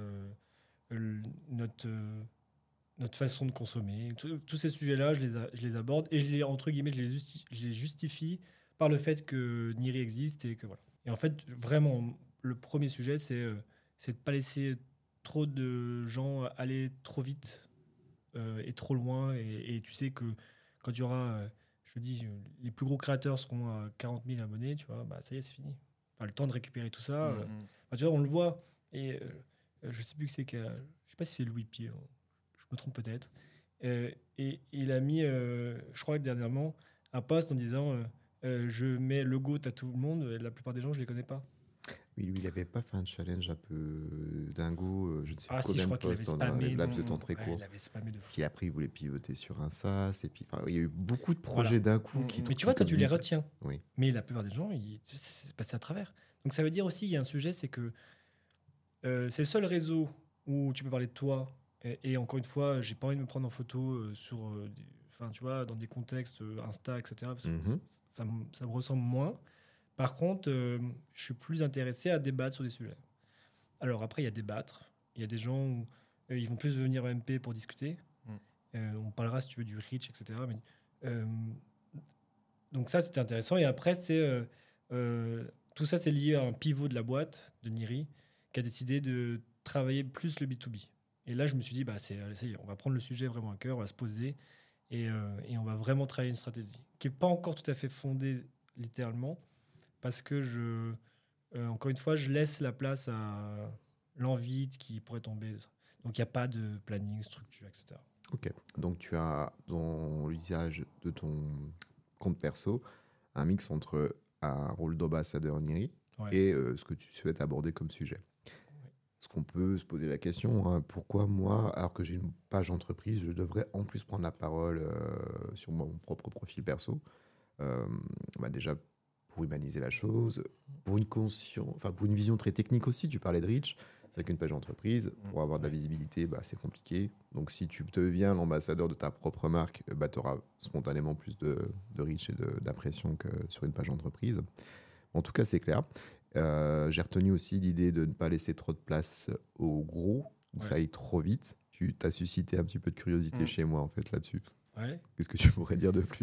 Notre façon de consommer. Tous ces sujets-là, je les aborde et je les justifie par le fait que Niri existe et que voilà. Et en fait, vraiment, le premier sujet, c'est de ne pas laisser trop de gens aller trop vite et trop loin. Et tu sais que quand il y aura, je te dis, les plus gros créateurs seront à 40 000 abonnés, tu vois, bah ça y est, c'est fini. Enfin, le temps de récupérer tout ça, bah, tu vois, on le voit. Et je sais plus que c'est je sais pas si c'est Louis Pied, je me trompe peut-être. Et il a mis, je crois que dernièrement, un post en disant je mets le GOAT à tout le monde, et la plupart des gens, je les connais pas. Oui, lui, il avait pas fait un challenge un peu dingo, je ne sais Ah plus si, je combien de crois qu'il avait posts en un spammé. laps de temps très court. Il avait spammé de fou. Puis après, il voulait pivoter sur un SaaS. Et puis, enfin, il y a eu beaucoup de Voilà. projets d'un coup qui Mais tu vois, toi, tu les communiquent. retiens. Oui. Mais la plupart des gens, c'est passé à travers. Donc ça veut dire aussi, il y a un sujet, c'est que c'est le seul réseau où tu peux parler de toi. Et encore une fois, j'ai pas envie de me prendre en photo enfin, tu vois, dans des contextes Insta, etc. Parce que Mhm. ça me ressemble moins. Par contre, je suis plus intéressé à débattre sur des sujets. Alors après, il y a débattre. Il y a des gens où ils vont plus venir au MP pour discuter. On parlera, si tu veux, du reach, etc. Mais, donc ça, c'était intéressant. Et après, tout ça, c'est lié à un pivot de la boîte, de Niri, qui a décidé de travailler plus le B2B. Et là, je me suis dit, bah, ça y est, on va prendre le sujet vraiment à cœur, on va se poser et on va vraiment travailler une stratégie qui n'est pas encore tout à fait fondée littéralement, parce que encore une fois, je laisse la place à l'envie qui pourrait tomber. Donc, il n'y a pas de planning, structure, etc. Ok. Donc, tu as dans l'usage de ton compte perso un mix entre un rôle d'ambassadeur Niri Ouais. et ce que tu souhaites aborder comme sujet. Est-ce qu'on peut se poser la question, hein, pourquoi moi, alors que j'ai une page entreprise, je devrais en plus prendre la parole sur mon propre profil perso bah déjà, pour humaniser la chose, pour pour une vision très technique aussi, tu parlais de reach, c'est vrai qu'une page d'entreprise, pour avoir de la visibilité, bah, c'est compliqué. Donc si tu deviens l'ambassadeur de ta propre marque, bah, tu auras spontanément plus de reach et d'impression que sur une page d'entreprise. En tout cas, c'est clair. J'ai retenu aussi l'idée de ne pas laisser trop de place aux gros, où ça aille trop vite. Tu as suscité un petit peu de curiosité chez moi, en fait, là-dessus. Ouais. Qu'est-ce que tu pourrais dire de plus ?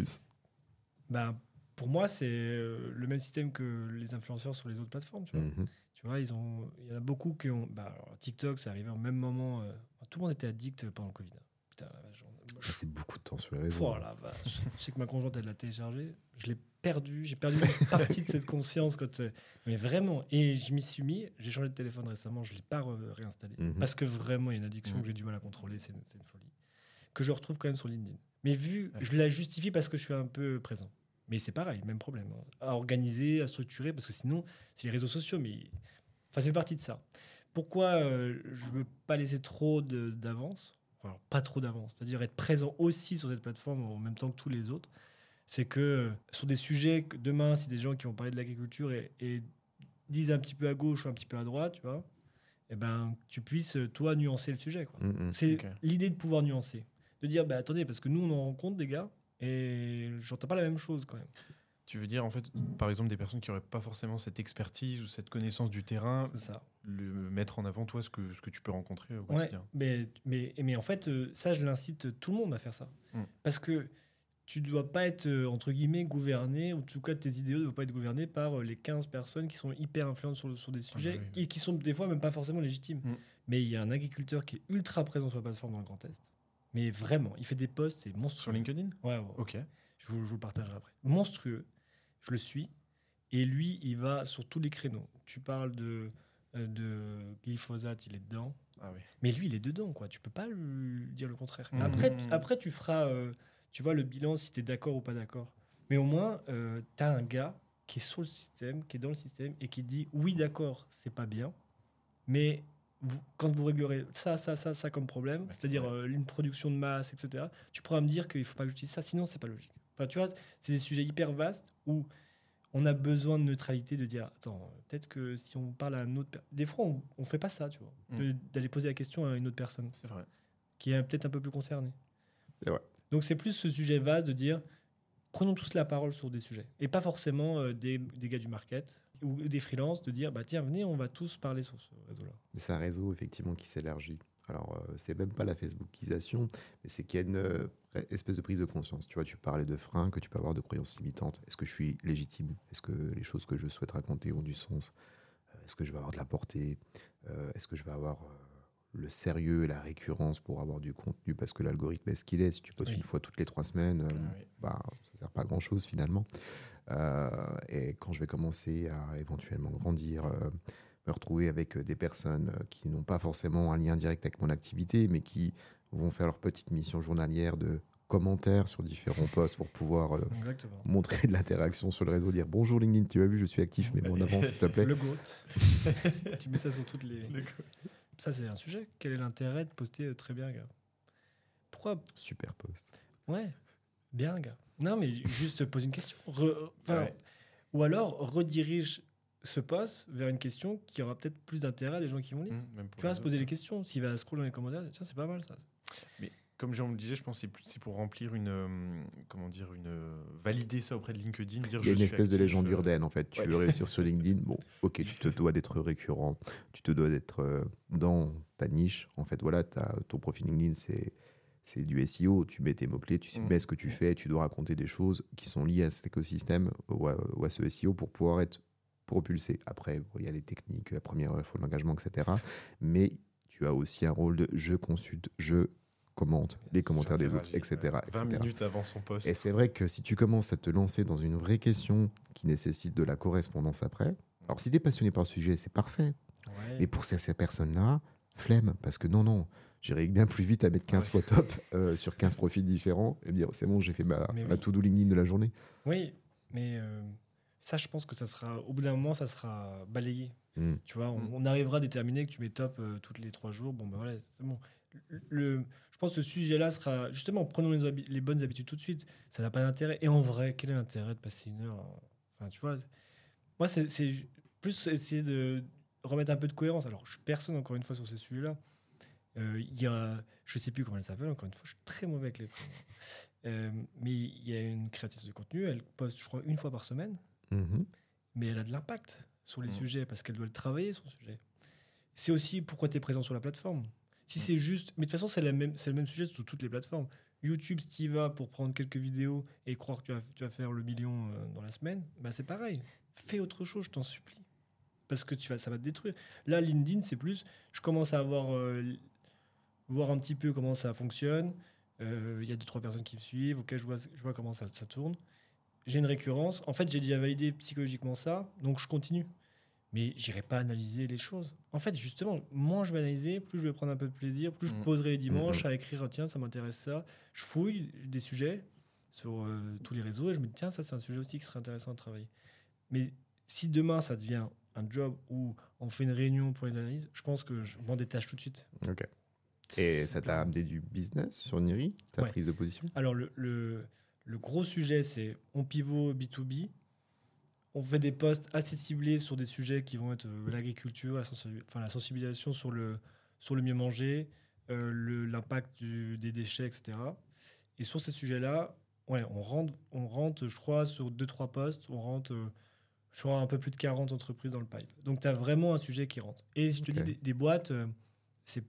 Ben, pour moi, c'est le même système que les influenceurs sur les autres plateformes. Tu vois, tu vois il y en a beaucoup qui ont. Bah, alors, TikTok, c'est arrivé au même moment. Tout le monde était addict pendant le Covid. Putain, c'est beaucoup de temps sur les réseaux. Oh la vache. Je sais que ma conjointe, elle l'a téléchargé. Je l'ai perdu. J'ai perdu une partie de cette conscience. Mais vraiment. Et je m'y suis mis. J'ai changé de téléphone récemment. Je ne l'ai pas réinstallé. Parce que vraiment, il y a une addiction que j'ai du mal à contrôler. C'est une folie. Que je retrouve quand même sur LinkedIn. Mais je la justifie parce que je suis un peu présent. Mais c'est pareil, même problème. À organiser, à structurer, parce que sinon, c'est les réseaux sociaux, mais ça fait partie de ça. Pourquoi je ne veux pas laisser trop d'avance, enfin, pas trop d'avance, c'est-à-dire être présent aussi sur cette plateforme en même temps que tous les autres, c'est que sur des sujets, que demain, si des gens qui vont parler de l'agriculture et disent un petit peu à gauche ou un petit peu à droite, tu vois, eh ben, tu puisses, toi, nuancer le sujet. Quoi. C'est l'idée de pouvoir nuancer. De dire, bah, attendez, parce que nous, on en rencontre des gars, et j'entends pas la même chose quand même. Tu veux dire, en fait, par exemple, des personnes qui n'auraient pas forcément cette expertise ou cette connaissance du terrain, ça. Le mettre en avant, toi, ce que tu peux rencontrer au quotidien. Mais en fait, ça, je l'incite tout le monde à faire ça. Parce que tu ne dois pas être, entre guillemets, gouverné, ou en tout cas, tes idéaux ne doivent pas être gouvernés par les 15 personnes qui sont hyper influentes sur des sujets et qui sont des fois même pas forcément légitimes. Mais il y a un agriculteur qui est ultra présent sur la plateforme dans le Grand Est. Mais vraiment, il fait des posts, c'est monstrueux. Sur LinkedIn ? Ouais. Ok. Je vous le partagerai après. Monstrueux. Je le suis. Et lui, il va sur tous les créneaux. Tu parles de glyphosate, il est dedans. Ah oui. Mais lui, il est dedans, quoi. Tu peux pas lui dire le contraire. Mmh. Après, tu feras, tu vois, le bilan si tu es d'accord ou pas d'accord. Mais au moins, tu as un gars qui est sur le système, qui est dans le système et qui dit oui, d'accord, c'est pas bien, mais quand vous réglerez ça comme problème, c'est-à-dire une production de masse, etc., tu pourras me dire qu'il ne faut pas que j'utilise ça, sinon c'est pas logique. Enfin, tu vois, c'est des sujets hyper vastes où on a besoin de neutralité, de dire attends, peut-être que si on parle à un autre, des fois on ne fait pas ça, tu vois, d'aller poser la question à une autre personne, c'est vrai, qui est peut-être un peu plus concernée. C'est vrai. Donc c'est plus ce sujet vaste de dire prenons tous la parole sur des sujets et pas forcément des gars du market ou des freelances, de dire bah tiens, venez, on va tous parler sur ce réseau-là. Mais c'est un réseau effectivement qui s'élargit. Alors c'est même pas la Facebookisation, mais c'est qu'il y a une espèce de prise de conscience. Tu vois, tu parlais de freins que tu peux avoir, de croyances limitantes. Est-ce que je suis légitime ? Est-ce que les choses que je souhaite raconter ont du sens ? Est-ce que je vais avoir de la portée ? Est-ce que je vais avoir le sérieux et la récurrence pour avoir du contenu, parce que l'algorithme est ce qu'il est. Si tu postes une fois toutes les 3 semaines, ça ne sert pas à grand-chose finalement. Et quand je vais commencer à éventuellement grandir, me retrouver avec des personnes qui n'ont pas forcément un lien direct avec mon activité, mais qui vont faire leur petite mission journalière de commentaires sur différents posts pour pouvoir montrer de l'interaction sur le réseau, dire bonjour LinkedIn, tu as vu, je suis actif, mais en avant s'il te plaît. Le GOAT. Tu mets ça sur toutes les... Ça, c'est un sujet. Quel est l'intérêt de poster très bien, gars? Pourquoi? Super post. Ouais, bien, gars. Non, mais juste pose une question. Ou alors, redirige ce post vers une question qui aura peut-être plus d'intérêt à des gens qui vont lire. Tu vas se poser les questions. S'il va scroller dans les commentaires, tiens, c'est pas mal, ça. Mais comme Jean me le disait, je pense que c'est pour remplir valider ça auprès de LinkedIn. Dire, il y a une espèce de légende urbaine, en fait. Tu veux réussir sur LinkedIn, bon, ok, tu te dois d'être récurrent, tu te dois d'être dans ta niche. En fait, voilà, ton profil LinkedIn, c'est du SEO, tu mets tes mots-clés, tu mets ce que tu fais, tu dois raconter des choses qui sont liées à cet écosystème ou à ce SEO pour pouvoir être propulsé. Après, il y a les techniques, la première heure, il faut l'engagement, etc. Mais tu as aussi un rôle de je consulte, je commente les commentaires des autres, etc. 20 minutes avant son post. Et c'est vrai que si tu commences à te lancer dans une vraie question qui nécessite de la correspondance après, alors si tu es passionné par le sujet, c'est parfait. Ouais. Mais pour ces personnes-là, flemme, parce que non, j'irai bien plus vite à mettre 15 fois top sur 15 profils différents et me dire c'est bon, j'ai fait ma to-do LinkedIn de la journée. Oui, mais ça, je pense que ça sera, au bout d'un moment, ça sera balayé. Tu vois, on arrivera à déterminer que tu mets top toutes les 3 jours. Bon, ben voilà, c'est bon. Je pense que ce sujet-là sera justement, prenons les bonnes habitudes tout de suite. Ça n'a pas d'intérêt. Et en vrai, quel est l'intérêt de passer 1 heure Enfin, tu vois, moi, c'est plus essayer de remettre un peu de cohérence. Alors, je suis personne, encore une fois, sur ces sujets-là. Il y a, je ne sais plus comment elle s'appelle, encore une fois, je suis très mauvais avec les prénoms. Mais il y a une créatrice de contenu, elle poste, je crois, 1 fois par semaine. Mais elle a de l'impact sur les sujets parce qu'elle doit le travailler, son sujet. C'est aussi pourquoi tu es présent sur la plateforme. Si c'est juste... Mais de toute façon, c'est le même sujet sur toutes les plateformes. YouTube, si tu y vas pour prendre quelques vidéos et croire que tu vas faire le million dans la semaine, bah c'est pareil. Fais autre chose, je t'en supplie. Parce que ça va te détruire. Là, LinkedIn, c'est plus... Je commence à voir un petit peu comment ça fonctionne. Il y a 2-3 personnes qui me suivent. Okay, je vois comment ça tourne. J'ai une récurrence. En fait, j'ai déjà validé psychologiquement ça. Donc, je continue. Mais j'irai pas analyser les choses. En fait, justement, moins je vais analyser, plus je vais prendre un peu de plaisir, plus je poserai les dimanches à écrire, tiens, ça m'intéresse ça. Je fouille des sujets sur tous les réseaux et je me dis, tiens, ça, c'est un sujet aussi qui serait intéressant à travailler. Mais si demain, ça devient un job où on fait une réunion pour les analyses, je pense que je m'en détache tout de suite. Ok. Et ça t'a amené du business sur Niri, ta prise de position? Alors, le gros sujet, c'est on pivot B2B. On fait des posts assez ciblés sur des sujets qui vont être l'agriculture, la sensibilisation sur le mieux manger, l'impact des déchets, etc. Et sur ces sujets-là, on rentre, je crois, sur 2-3 posts, on rentre sur un peu plus de 40 entreprises dans le pipe. Donc, tu as vraiment un sujet qui rentre. Et je te dis, des boîtes, c'est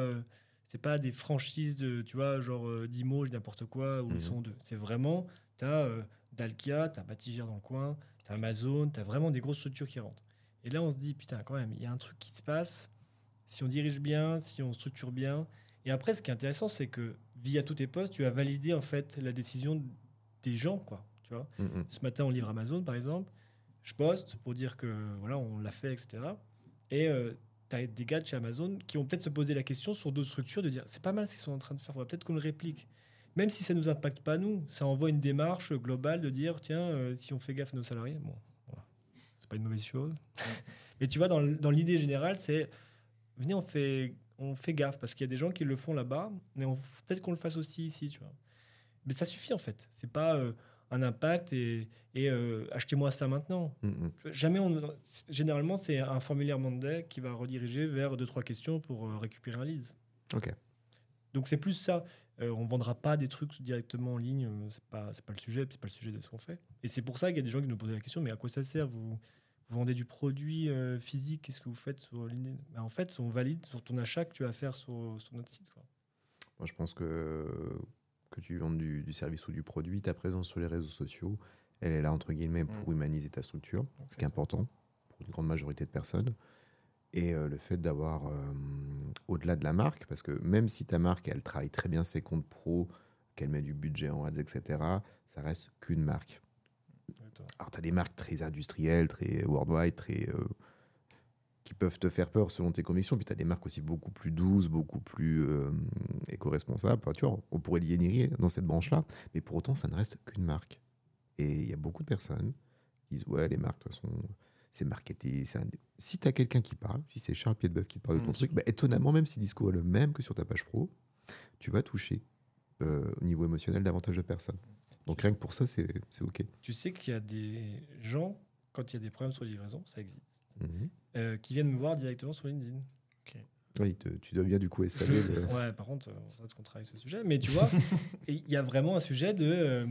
pas des franchises de, tu vois, genre d'Imo, n'importe quoi, où ils sont 2. C'est vraiment, tu as Dalkia, tu as Batigère dans le coin, t'as Amazon, t'as vraiment des grosses structures qui rentrent. Et là, on se dit, putain, quand même, il y a un truc qui se passe. Si on dirige bien, si on structure bien. Et après, ce qui est intéressant, c'est que via tous tes posts, tu as validé en fait la décision des gens, quoi. Tu vois. Ce matin, on livre Amazon, par exemple. Je poste pour dire que voilà, on l'a fait, etc. Et tu as des gars de chez Amazon qui vont peut-être se poser la question sur d'autres structures de dire, c'est pas mal ce qu'ils sont en train de faire. Il faudrait peut-être qu'on le réplique. Même si ça ne nous impacte pas, nous, ça envoie une démarche globale de dire, tiens, si on fait gaffe à nos salariés, bon, voilà, c'est pas une mauvaise chose. Mais tu vois, dans l'idée générale, c'est, venez, on fait gaffe, parce qu'il y a des gens qui le font là-bas, mais peut-être qu'on le fasse aussi ici, tu vois. Mais ça suffit, en fait. C'est pas un impact et achetez-moi ça maintenant. Généralement, c'est un formulaire Monday qui va rediriger vers 2-3 questions pour récupérer un lead. Ok. Donc, c'est plus ça. On ne vendra pas des trucs directement en ligne, c'est pas le sujet, c'est pas le sujet de ce qu'on fait. Et c'est pour ça qu'il y a des gens qui nous posent la question, mais à quoi ça sert? Vous vendez du produit physique, qu'est-ce que vous faites sur LinkedIn? En fait, on valide sur ton achat que tu vas faire sur notre site, quoi. Moi, je pense que tu vendes du service ou du produit, ta présence sur les réseaux sociaux, elle est là, entre guillemets, pour humaniser ta structure, ce qui est important pour une grande majorité de personnes. Et le fait d'avoir au-delà de la marque, parce que même si ta marque, elle travaille très bien ses comptes pro, qu'elle met du budget en ads, etc., ça reste qu'une marque. Exactement. Alors, tu as des marques très industrielles, très worldwide, qui peuvent te faire peur selon tes convictions. Puis tu as des marques aussi beaucoup plus douces, beaucoup plus éco-responsables. Enfin, tu vois, on pourrait lier Niri dans cette branche-là, mais pour autant, ça ne reste qu'une marque. Et il y a beaucoup de personnes qui disent ouais, les marques, de toute façon, c'est marketé. Si tu as quelqu'un qui parle, si c'est Charles Piedboeuf qui te parle de ton truc, bah, étonnamment, même si le discours est le même que sur ta page pro, tu vas toucher au niveau émotionnel davantage de personnes. Donc rien que pour ça, c'est OK. Tu sais qu'il y a des gens, quand il y a des problèmes sur livraison, ça existe, Mhm. qui viennent me voir directement sur LinkedIn. Oui, tu deviens du coup SAV. Ouais, par contre, on sait qu'on travaille ce sujet. Mais tu vois, il y a vraiment un sujet de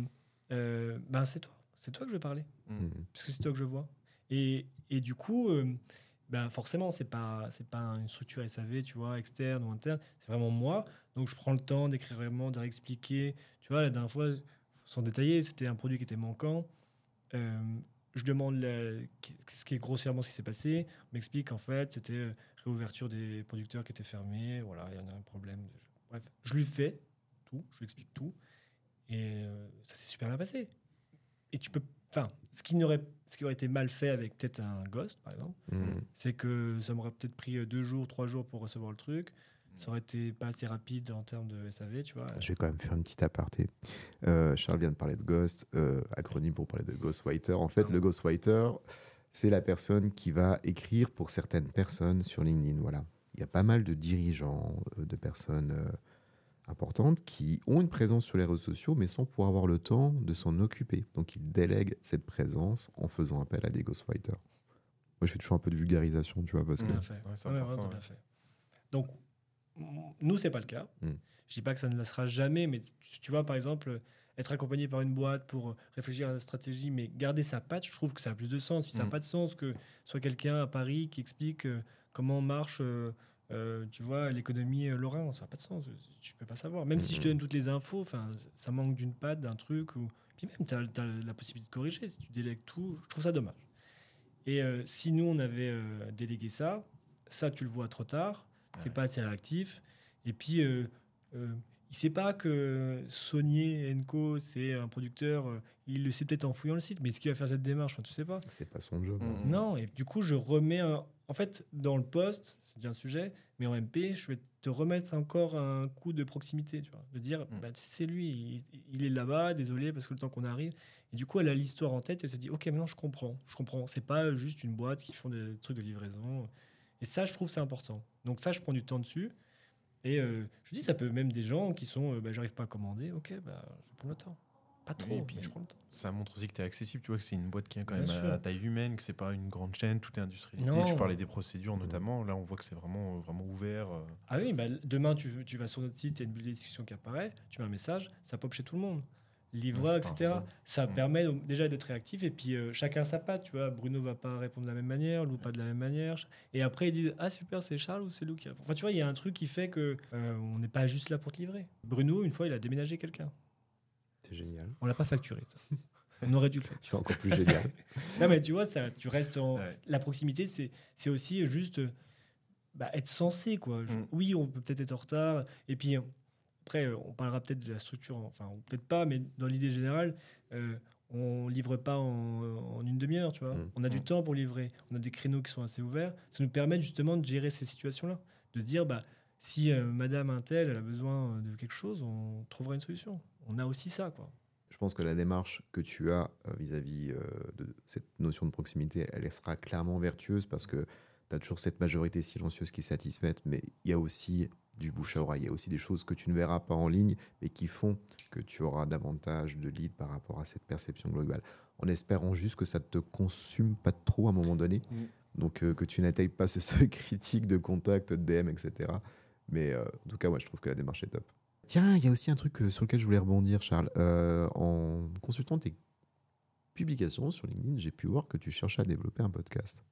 ben c'est toi que je veux parler, Mhm. parce que c'est toi que je vois. Et du coup, ben forcément, c'est pas une structure SAV, tu vois, externe ou interne, c'est vraiment moi. Donc je prends le temps d'écrire vraiment, de réexpliquer. Tu vois, la dernière fois, sans détailler, c'était un produit qui était manquant. Euh, je demande ce qui est grossièrement ce qui s'est passé. On m'explique en fait, c'était réouverture des producteurs qui étaient fermés. Voilà, il y en a un problème. Bref, je lui fais tout, je lui explique tout. Et ça s'est super bien passé. Et tu peux. Enfin, ce qui aurait été mal fait avec peut-être un Ghost, par exemple, Mhm. c'est que ça m'aurait peut-être pris 2 jours, 3 jours pour recevoir le truc. Ça aurait été pas assez rapide en termes de SAV, tu vois. Je vais quand même faire une petite aparté. Charles vient de parler de Ghost, acronyme pour parler de Ghostwriter. En fait, Pardon. le Ghostwriter, c'est la personne qui va écrire pour certaines personnes sur LinkedIn. Voilà. Il y a pas mal de dirigeants, de personnes importantes qui ont une présence sur les réseaux sociaux, mais sans pouvoir avoir le temps de s'en occuper. Donc, ils délèguent cette présence en faisant appel à des Ghostwriters. Moi, je fais toujours un peu de vulgarisation, tu vois, parce que... Bien fait. Ouais, c'est Ouais, important, vraiment, ouais. bien fait. Donc, nous, c'est pas le cas. Mm. Je dis pas que ça ne le sera jamais, mais tu vois, par exemple, être accompagné par une boîte pour réfléchir à la stratégie, mais garder sa patte, je trouve que ça a plus de sens. Ça n'a pas de sens que soit quelqu'un à Paris qui explique comment marche, tu vois, l'économie lorraine. Ça n'a pas de sens. Tu peux pas savoir. Même si je te donne toutes les infos, enfin, ça manque d'une patte, d'un truc. Ou... Puis même, tu as la possibilité de corriger. Si tu délègues tout, je trouve ça dommage. Et si nous, on avait délégué ça, tu le vois trop tard, tu n'es pas assez réactif. Et puis, il ne sait pas que Sony Co, c'est un producteur, il le sait peut-être en fouillant le site, mais est-ce qu'il va faire cette démarche? Enfin, tu ne sais pas. C'est pas son job. Non, et du coup, je remets en fait, dans le poste, c'est déjà un sujet, mais en MP, je vais te remettre encore un coup de proximité, tu vois, de dire, bah, c'est lui, il est là-bas, désolé, parce que le temps qu'on arrive. Et du coup, elle a l'histoire en tête, et elle se dit, ok, maintenant je comprends. C'est pas juste une boîte qui font des trucs de livraison. Et ça, je trouve, c'est important. Donc ça, je prends du temps dessus. Et je dis, ça peut même des gens qui sont, bah, j'arrive pas à commander, ok, bah, je prends le temps. Pas trop, Oui, et puis, mais je prends le temps. ça montre aussi que tu es accessible, tu vois, que c'est une boîte qui est quand Bien même à sûr. taille humaine, que c'est pas une grande chaîne, tout est industrialisé. Non. Tu parlais des procédures notamment, là on voit que c'est vraiment, vraiment ouvert. Ah oui, bah, demain, tu vas sur notre site, il y a une bulle de discussion qui apparaît, tu mets un message, ça pop chez tout le monde. Livreur, Ouais, c'est pas un etc. robot. Ça permet déjà d'être réactif et puis chacun sa patte, tu vois. Bruno va pas répondre de la même manière, Lou pas de la même manière. Et après, ils disent, ah super, c'est Charles ou c'est Lou qui répond. Enfin, tu vois, il y a un truc qui fait que on n'est pas juste là pour te livrer. Bruno, une fois, il a déménagé quelqu'un. C'est génial. On l'a pas facturé, ça. On aurait dû le faire. C'est encore plus génial. Non, mais tu vois, ça, tu restes en... Ouais. La proximité, c'est aussi juste bah, être sensé, quoi. Oui, on peut peut-être être en retard. Et puis, après, on parlera peut-être de la structure, enfin, ou peut-être pas, mais dans l'idée générale, on livre pas en une demi-heure, tu vois. On a du temps pour livrer. On a des créneaux qui sont assez ouverts. Ça nous permet justement de gérer ces situations-là. De se dire, bah, si Madame Untel, elle a besoin de quelque chose, on trouvera une solution. On a aussi ça, quoi. Je pense que la démarche que tu as vis-à-vis de cette notion de proximité, elle sera clairement vertueuse parce que tu as toujours cette majorité silencieuse qui est satisfaite, mais il y a aussi du bouche à oreille, il y a aussi des choses que tu ne verras pas en ligne, mais qui font que tu auras davantage de leads par rapport à cette perception globale. En espérant juste que ça ne te consume pas trop à un moment donné, donc que tu n'atteignes pas ce seuil critique de contact, de DM, etc. Mais en tout cas, moi, je trouve que la démarche est top. Tiens, il y a aussi un truc sur lequel je voulais rebondir, Charles. En consultant tes publications sur LinkedIn, j'ai pu voir que tu cherchais à développer un podcast.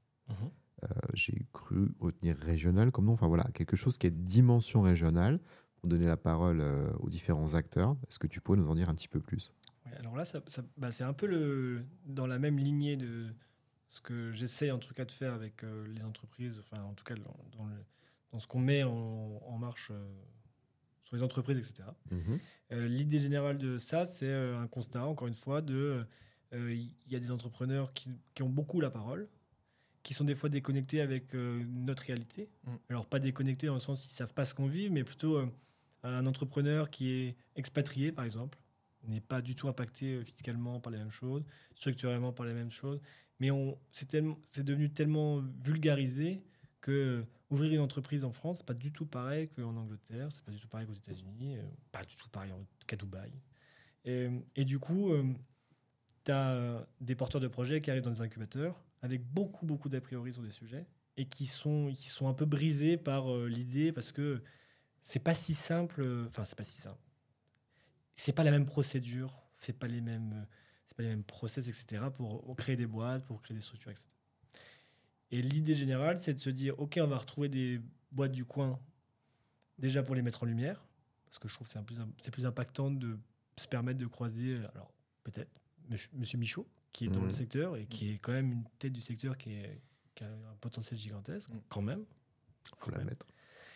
J'ai cru retenir régional comme nom. Enfin voilà, quelque chose qui est dimension régionale pour donner la parole aux différents acteurs. Est-ce que tu pourrais nous en dire un petit peu plus? Ouais, alors là, bah, c'est un peu dans la même lignée de ce que j'essaie en tout cas de faire avec les entreprises, enfin en tout cas dans ce qu'on met en marche sur les entreprises, etc. Mhm. L'idée générale de ça, c'est un constat, encore une fois, il y a des entrepreneurs qui ont beaucoup la parole, qui sont des fois déconnectés avec notre réalité. Alors, pas déconnectés dans le sens qu'ils ne savent pas ce qu'on vit, mais plutôt un entrepreneur qui est expatrié, par exemple, n'est pas du tout impacté fiscalement par les mêmes choses, structurellement par les mêmes choses, mais c'est devenu tellement vulgarisé que ouvrir une entreprise en France, c'est pas du tout pareil qu'en Angleterre, c'est pas du tout pareil qu'aux États-Unis, pas du tout pareil qu'à Dubaï. Et du coup, tu as des porteurs de projets qui arrivent dans des incubateurs avec beaucoup, beaucoup d'a priori sur des sujets et qui sont un peu brisés par l'idée parce que c'est pas si simple. Enfin, c'est pas si simple. C'est pas la même procédure, c'est pas les mêmes process, etc. pour créer des boîtes, pour créer des structures, etc. Et l'idée générale, c'est de se dire, OK, on va retrouver des boîtes du coin déjà pour les mettre en lumière, parce que je trouve que c'est plus impactant de se permettre de croiser, alors peut-être, Monsieur Michaud, qui est dans le secteur et qui est quand même une tête du secteur qui a un potentiel gigantesque, quand même. Faut la mettre.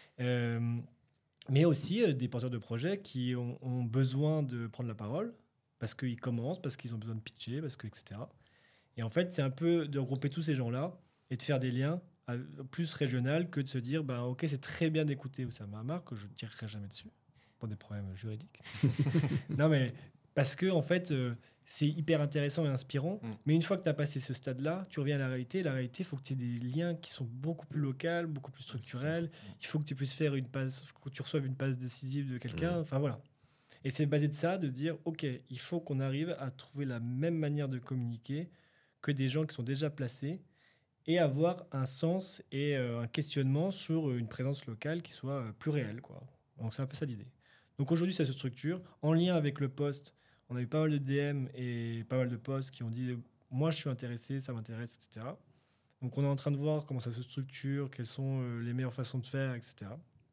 Mais aussi des porteurs de projets qui ont besoin de prendre la parole parce qu'ils commencent, parce qu'ils ont besoin de pitcher, etc. Et en fait, c'est un peu de regrouper tous ces gens-là et de faire des liens plus régional que de se dire OK, c'est très bien d'écouter Oussama Hamar, que je ne tirerai jamais dessus pour des problèmes juridiques. Non, mais parce que en fait, c'est hyper intéressant et inspirant. Mais une fois que tu as passé ce stade-là, tu reviens à la réalité. La réalité, il faut que tu aies des liens qui sont beaucoup plus locaux, beaucoup plus structurels. Il faut que tu puisses faire une passe, que tu reçoives une passe décisive de quelqu'un. Enfin voilà. Et c'est basé de ça, de dire OK, il faut qu'on arrive à trouver la même manière de communiquer que des gens qui sont déjà placés et avoir un sens et un questionnement sur une présence locale qui soit plus réelle, quoi. Donc c'est un peu ça l'idée. Donc aujourd'hui, ça se structure. En lien avec le poste, on a eu pas mal de DM et pas mal de posts qui ont dit « moi je suis intéressé, ça m'intéresse, etc. » Donc on est en train de voir comment ça se structure, quelles sont les meilleures façons de faire, etc.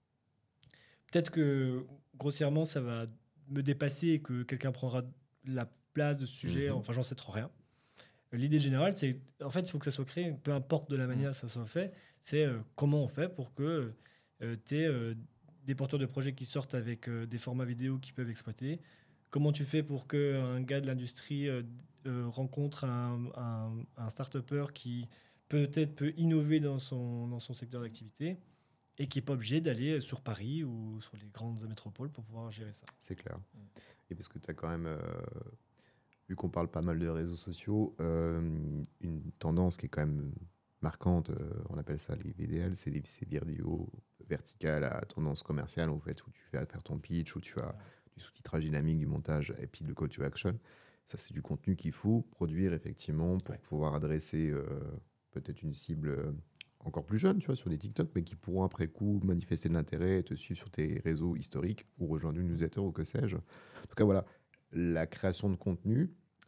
Peut-être que grossièrement, ça va me dépasser et que quelqu'un prendra la place de ce sujet. Enfin, j'en sais trop rien. L'idée générale, c'est en fait, il faut que ça soit créé, peu importe de la manière que ça soit fait, c'est comment on fait pour que tu aies des porteurs de projets qui sortent avec des formats vidéo qu'ils peuvent exploiter. Comment tu fais pour qu'un gars de l'industrie rencontre un start-upper qui peut-être peut innover dans son secteur d'activité et qui n'est pas obligé d'aller sur Paris ou sur les grandes métropoles pour pouvoir gérer ça. C'est clair. Et parce que tu as quand même... vu qu'on parle pas mal de réseaux sociaux, une tendance qui est quand même marquante, on appelle ça les VDL, c'est ces vidéos verticales à tendance commerciale, en fait, où tu fais faire ton pitch, où tu as du sous-titrage dynamique, du montage, et puis le call to action. Ça, c'est du contenu qu'il faut produire, effectivement, pour pouvoir adresser peut-être une cible encore plus jeune, tu vois, sur des TikTok, mais qui pourront après coup manifester de l'intérêt et te suivre sur tes réseaux historiques ou rejoindre une newsletter ou que sais-je. En tout cas, voilà, la création de contenu,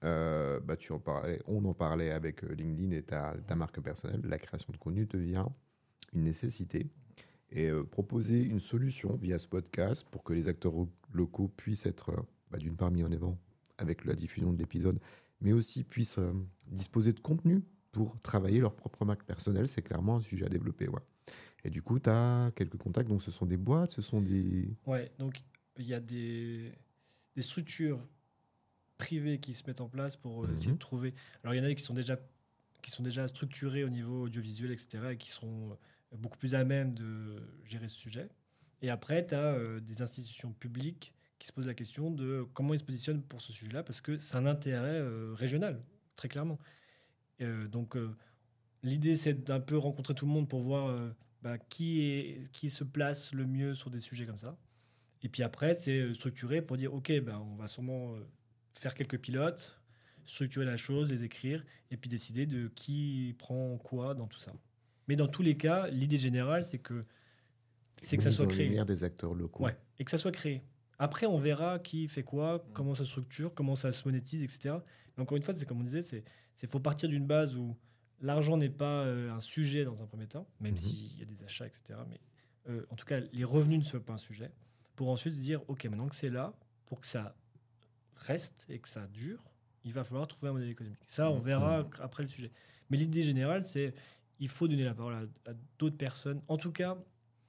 on en parlait avec LinkedIn et ta marque personnelle. La création de contenu devient une nécessité et proposer une solution via ce podcast pour que les acteurs locaux puissent être d'une part mis en avant avec la diffusion de l'épisode, mais aussi puissent disposer de contenu pour travailler leur propre marque personnelle. C'est clairement un sujet à développer. Ouais. Et du coup, tu as quelques contacts, donc ce sont des boîtes, ce sont des... Ouais, donc il y a des structures privées qui se mettent en place pour essayer de trouver... Alors, il y en a qui sont déjà structurés au niveau audiovisuel, etc., et qui sont beaucoup plus à même de gérer ce sujet. Et après, tu as des institutions publiques qui se posent la question de comment ils se positionnent pour ce sujet-là, parce que c'est un intérêt régional, très clairement. Donc, l'idée, c'est d'un peu rencontrer tout le monde pour voir qui se place le mieux sur des sujets comme ça. Et puis après, c'est structuré pour dire, OK, on va sûrement faire quelques pilotes, structurer la chose, les écrire, et puis décider de qui prend quoi dans tout ça. Mais dans tous les cas, l'idée générale, c'est que ça soit créé. Lumière des acteurs locaux. Ouais, et que ça soit créé. Après, on verra qui fait quoi, comment ça structure, comment ça se monétise, etc. Mais encore une fois, c'est comme on disait, c'est faut partir d'une base où l'argent n'est pas un sujet dans un premier temps, même s'il y a des achats, etc. Mais en tout cas, les revenus ne soient pas un sujet. Pour ensuite se dire, OK, maintenant que c'est là, pour que ça reste et que ça dure, il va falloir trouver un modèle économique. Ça, on verra après le sujet. Mais l'idée générale, c'est il faut donner la parole à d'autres personnes. En tout cas,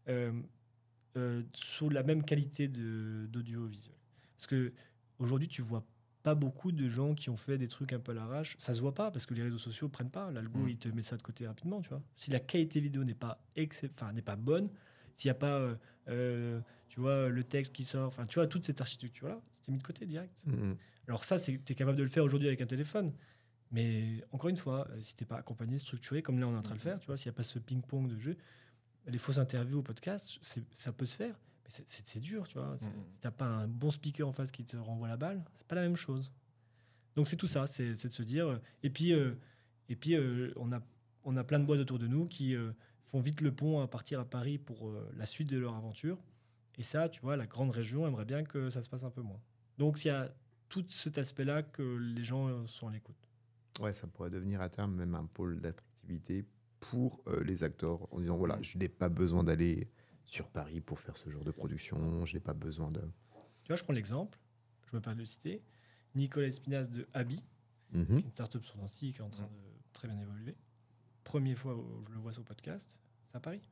sous la même qualité d'audiovisuel. Parce que aujourd'hui, tu vois pas beaucoup de gens qui ont fait des trucs un peu à l'arrache. Ça se voit pas parce que les réseaux sociaux prennent pas. L'algo, il te met ça de côté rapidement, tu vois. Si la qualité vidéo n'est pas bonne, s'il n'y a pas, tu vois, le texte qui sort, enfin, tu vois, toute cette architecture-là, c'était mis de côté direct. Alors ça, tu es capable de le faire aujourd'hui avec un téléphone. Mais encore une fois, si tu n'es pas accompagné, structuré, comme là on est en train de le faire, tu vois, s'il n'y a pas ce ping-pong de jeu, les fausses interviews au podcast, ça peut se faire, mais c'est dur, tu vois. Si tu n'as pas un bon speaker en face qui te renvoie la balle, c'est pas la même chose. Donc c'est tout ça, c'est de se dire... Et puis, on a plein de boîtes autour de nous qui font vite le pont à partir à Paris pour la suite de leur aventure. Et ça, tu vois, la grande région aimerait bien que ça se passe un peu moins. Donc il y a tout cet aspect-là que les gens sont à l'écoute. Ouais, ça pourrait devenir à terme même un pôle d'attractivité pour les acteurs en disant voilà, je n'ai pas besoin d'aller sur Paris pour faire ce genre de production, je n'ai pas besoin de... Tu vois, je prends l'exemple, je me permets de le citer, Nicolas Espinas de Abi, qui est une start-up sur Nancy qui est en train de très bien évoluer. Première fois où je le vois sur podcast, c'est à Paris.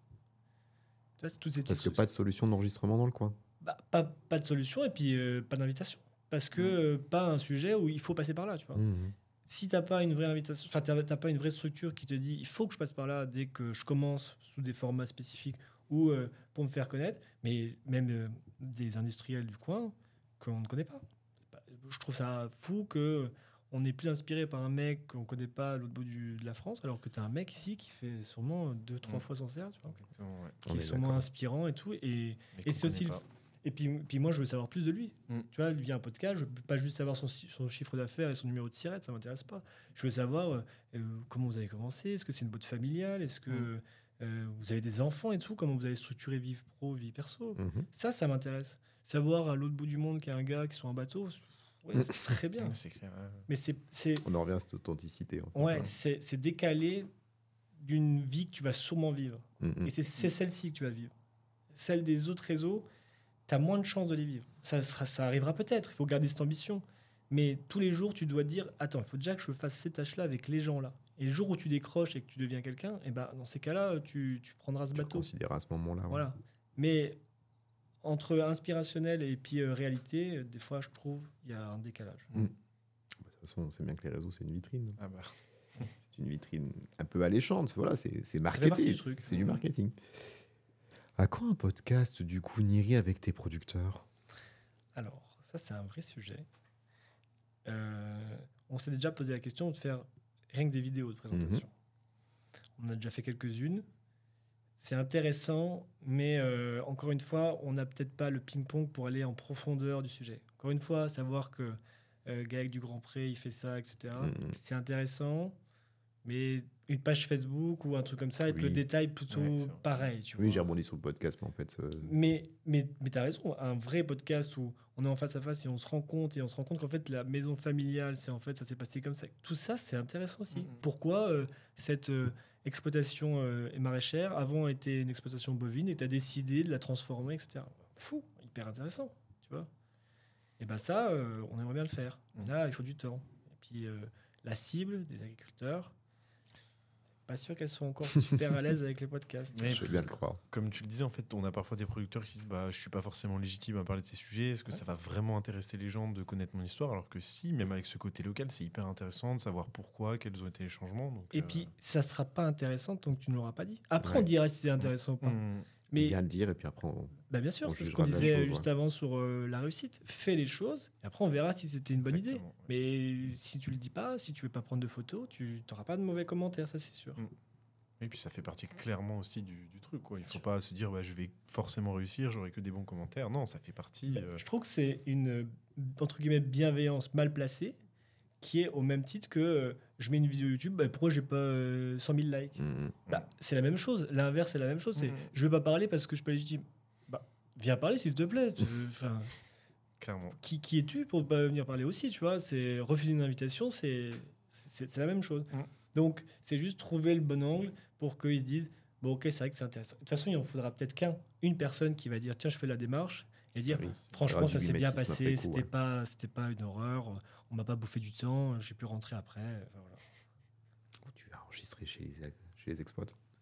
Tu vois, c'est toutes ces Parce que pas de solution d'enregistrement dans le coin. Bah, pas de solution et puis pas d'invitation. Parce que pas un sujet où il faut passer par là, tu vois. Si tu n'as pas une vraie invitation, enfin, tu n'as pas une vraie structure qui te dit il faut que je passe par là dès que je commence sous des formats spécifiques ou pour me faire connaître, mais même des industriels du coin qu'on ne connaît pas. Je trouve ça fou qu'on est plus inspiré par un mec qu'on ne connaît pas à l'autre bout de la France, alors que tu as un mec ici qui fait sûrement 2-3 fois son CA, tu vois. Exactement, ouais. Qui est sûrement inspirant et tout. Et c'est aussi Et puis moi, je veux savoir plus de lui. Tu vois, via un podcast, je ne peux pas juste savoir son chiffre d'affaires et son numéro de SIRET, ça ne m'intéresse pas. Je veux savoir comment vous avez commencé, est-ce que c'est une boîte familiale, est-ce que vous avez des enfants et tout, comment vous avez structuré vie pro, vie perso. Ça m'intéresse. Savoir à l'autre bout du monde qu'il y a un gars qui est sur un bateau, ouais, c'est très bien. C'est clair. Mais on en revient à cette authenticité. En fait, ouais, c'est décalé d'une vie que tu vas sûrement vivre. Et c'est celle-ci que tu vas vivre. Celle des autres réseaux, tu as moins de chances de les vivre. Ça arrivera peut-être, il faut garder cette ambition. Mais tous les jours, tu dois dire attends, il faut déjà que je fasse ces tâches-là avec les gens-là. Et le jour où tu décroches et que tu deviens quelqu'un, et ben, dans ces cas-là, tu prendras ce bateau. Tu considéras à ce moment-là. Ouais. Voilà. Mais entre inspirationnel et puis réalité, des fois, je trouve il y a un décalage. De toute façon, on sait bien que les réseaux, c'est une vitrine. Ah bah. C'est une vitrine un peu alléchante. Voilà, c'est marketing. C'est du marketing. À quoi un podcast, du coup, Niri, avec tes producteurs ? Alors, ça, c'est un vrai sujet. On s'est déjà posé la question de faire rien que des vidéos de présentation. On a déjà fait quelques-unes. C'est intéressant, mais encore une fois, on n'a peut-être pas le ping-pong pour aller en profondeur du sujet. Encore une fois, savoir que Gaël du Grand Pré, il fait ça, etc. C'est intéressant, mais une page Facebook ou un truc comme ça, avec le détail plutôt pareil. Tu vois. J'ai rebondi sur le podcast, mais en fait... Mais tu as raison, un vrai podcast où on est en face à face et on se rend compte qu'en fait, la maison familiale, ça s'est passé comme ça. Tout ça, c'est intéressant aussi. Pourquoi cette exploitation maraîchère, avant, était une exploitation bovine et tu as décidé de la transformer, etc. Fou, hyper intéressant, tu vois. Et bien ça, on aimerait bien le faire. Mais là, il faut du temps. Et puis, la cible des agriculteurs, pas sûr qu'elles sont encore super à l'aise avec les podcasts. Mais je veux bien le croire. Comme tu le disais, en fait, on a parfois des producteurs qui disent je suis pas forcément légitime à parler de ces sujets. Est-ce que ça va vraiment intéresser les gens de connaître mon histoire ? Alors que si, même avec ce côté local, c'est hyper intéressant de savoir pourquoi, quels ont été les changements. Donc, et puis, ça sera pas intéressant tant que tu ne l'auras pas dit. Après, on dira si c'est intéressant ou pas. Mais bien le dire et puis après bien sûr, c'est ce qu'on disait juste avant sur la réussite. Fais les choses et après on verra si c'était une bonne idée. Mais si tu le dis pas, si tu veux pas prendre de photos, tu n'auras pas de mauvais commentaires, ça c'est sûr. Et puis ça fait partie clairement aussi du truc, quoi. Il faut pas se dire je vais forcément réussir, j'aurai que des bons commentaires. Non, ça fait partie. Je trouve que c'est une entre guillemets bienveillance mal placée qui est au même titre que je mets une vidéo YouTube, pourquoi j'ai pas 100 000 likes c'est la même chose. L'inverse, c'est la même chose. C'est je veux pas parler parce que je suis pas légitime. Viens parler s'il te plaît. Clairement. Qui es-tu pour pas venir parler aussi, tu vois ? C'est refuser une invitation, c'est la même chose. Donc c'est juste trouver le bon angle pour qu'ils se disent ok, c'est vrai que c'est intéressant. De toute façon, il en faudra peut-être une personne qui va dire tiens, je fais la démarche et dire franchement ça s'est bien passé, c'était pas une horreur, on m'a pas bouffé du temps, j'ai pu rentrer après. Voilà. Tu vas enregistrer chez les exploits.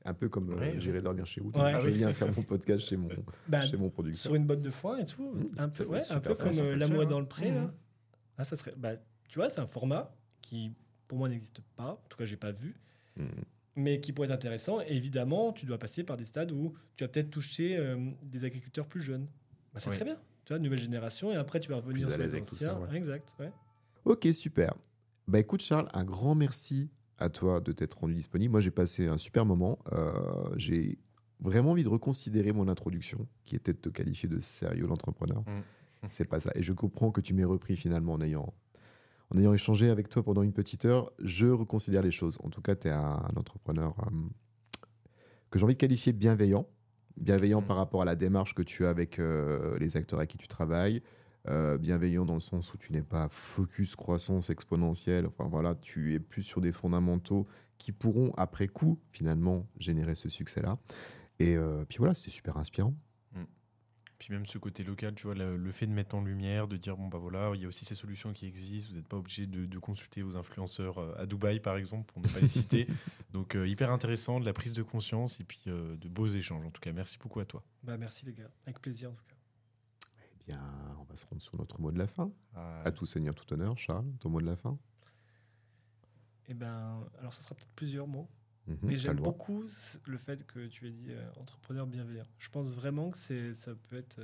Un peu comme Ouais, j'irai dormir chez vous. Ouais. Je viens faire mon podcast chez mon producteur. Sur une botte de foin et tout. Un ça peu, peut être un super peu sympa, comme ça peut le L'amour faire, est dans hein. le pré. Là. Ah, ça serait, tu vois, c'est un format qui, pour moi, n'existe pas. En tout cas, j'ai pas vu. Mhm. Mais qui pourrait être intéressant. Et évidemment, tu dois passer par des stades où tu vas peut-être toucher des agriculteurs plus jeunes. C'est Oui. très bien. Tu vois, nouvelle génération. Et après, tu vas revenir Plus à sur l'aise les avec tout ça, anciens. ouais. Exact. Ouais. Ok, super. Bah écoute Charles, un grand merci à toi de t'être rendu disponible. Moi j'ai passé un super moment. J'ai vraiment envie de reconsidérer mon introduction, qui était de te qualifier de sérieux l'entrepreneur. C'est pas ça. Et je comprends que tu m'aies repris finalement en ayant échangé avec toi pendant une petite heure. Je reconsidère les choses. En tout cas, tu es un entrepreneur que j'ai envie de qualifier bienveillant. Bienveillant par rapport à la démarche que tu as avec les acteurs avec qui tu travailles. Bienveillant dans le sens où tu n'es pas focus croissance exponentielle. Enfin voilà, tu es plus sur des fondamentaux qui pourront après coup finalement générer ce succès-là. Et puis voilà, c'était super inspirant. Puis même ce côté local, tu vois, le fait de mettre en lumière, de dire, bon, bah voilà, il y a aussi ces solutions qui existent, vous n'êtes pas obligé de consulter vos influenceurs à Dubaï, par exemple, pour ne pas les citer. Donc, hyper intéressant, de la prise de conscience et puis de beaux échanges. En tout cas, merci beaucoup à toi. Merci les gars. Avec plaisir en tout cas. Eh bien, on va se rendre sur notre mot de la fin. À tout seigneur, tout honneur. Charles, ton mot de la fin. Alors ça sera peut-être plusieurs mots. Mais Mais j'aime beaucoup le fait que tu aies dit entrepreneur bienveillant. Je pense vraiment que ça peut être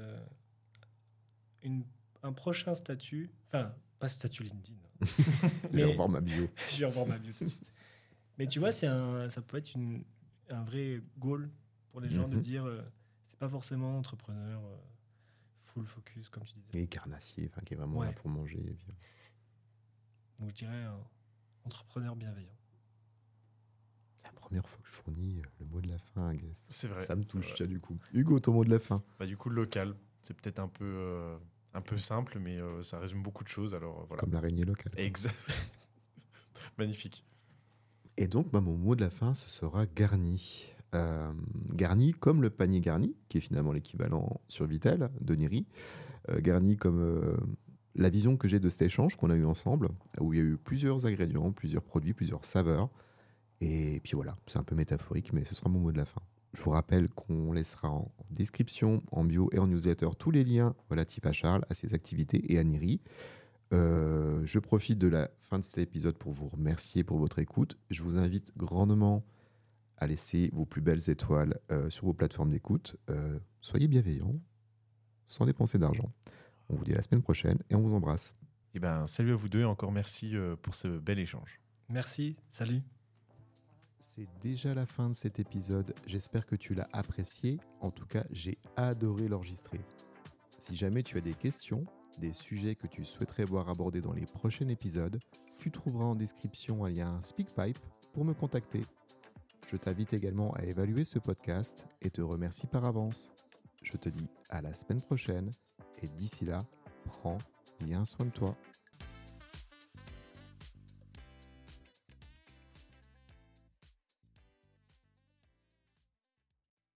un prochain statut, enfin, pas statut LinkedIn. J'ai revoir ma bio. J'ai revoir ma bio tout de suite. Mais tu vois, ça peut être un vrai goal pour les gens de dire c'est pas forcément entrepreneur full focus, comme tu disais. Et carnassier, qui est vraiment là pour manger. Et puis... Donc je dirais entrepreneur bienveillant. C'est la première fois que je fournis le mot de la fin à un guest. C'est vrai. Ça me touche, ça, du coup. Hugo, ton mot de la fin. Du coup, le local, c'est peut-être un peu simple, mais ça résume beaucoup de choses. Alors, voilà. Comme l'araignée locale. Exact. Magnifique. Et donc, mon mot de la fin, ce sera garni. Garni comme le panier garni, qui est finalement l'équivalent sur Vitel de Niri. Garni comme la vision que j'ai de cet échange qu'on a eu ensemble, où il y a eu plusieurs ingrédients, plusieurs produits, plusieurs saveurs. Et puis voilà, c'est un peu métaphorique, mais ce sera mon mot de la fin. Je vous rappelle qu'on laissera en description, en bio et en newsletter tous les liens relatifs à Charles, à ses activités et à Niri. Je profite de la fin de cet épisode pour vous remercier pour votre écoute. Je vous invite grandement à laisser vos plus belles étoiles sur vos plateformes d'écoute. Soyez bienveillants, sans dépenser d'argent. On vous dit à la semaine prochaine et on vous embrasse. Salut à vous deux et encore merci pour ce bel échange. Merci, salut. C'est déjà la fin de cet épisode. J'espère que tu l'as apprécié. En tout cas, j'ai adoré l'enregistrer. Si jamais tu as des questions, des sujets que tu souhaiterais voir abordés dans les prochains épisodes, tu trouveras en description un lien SpeakPipe pour me contacter. Je t'invite également à évaluer ce podcast et te remercie par avance. Je te dis à la semaine prochaine et d'ici là, prends bien soin de toi.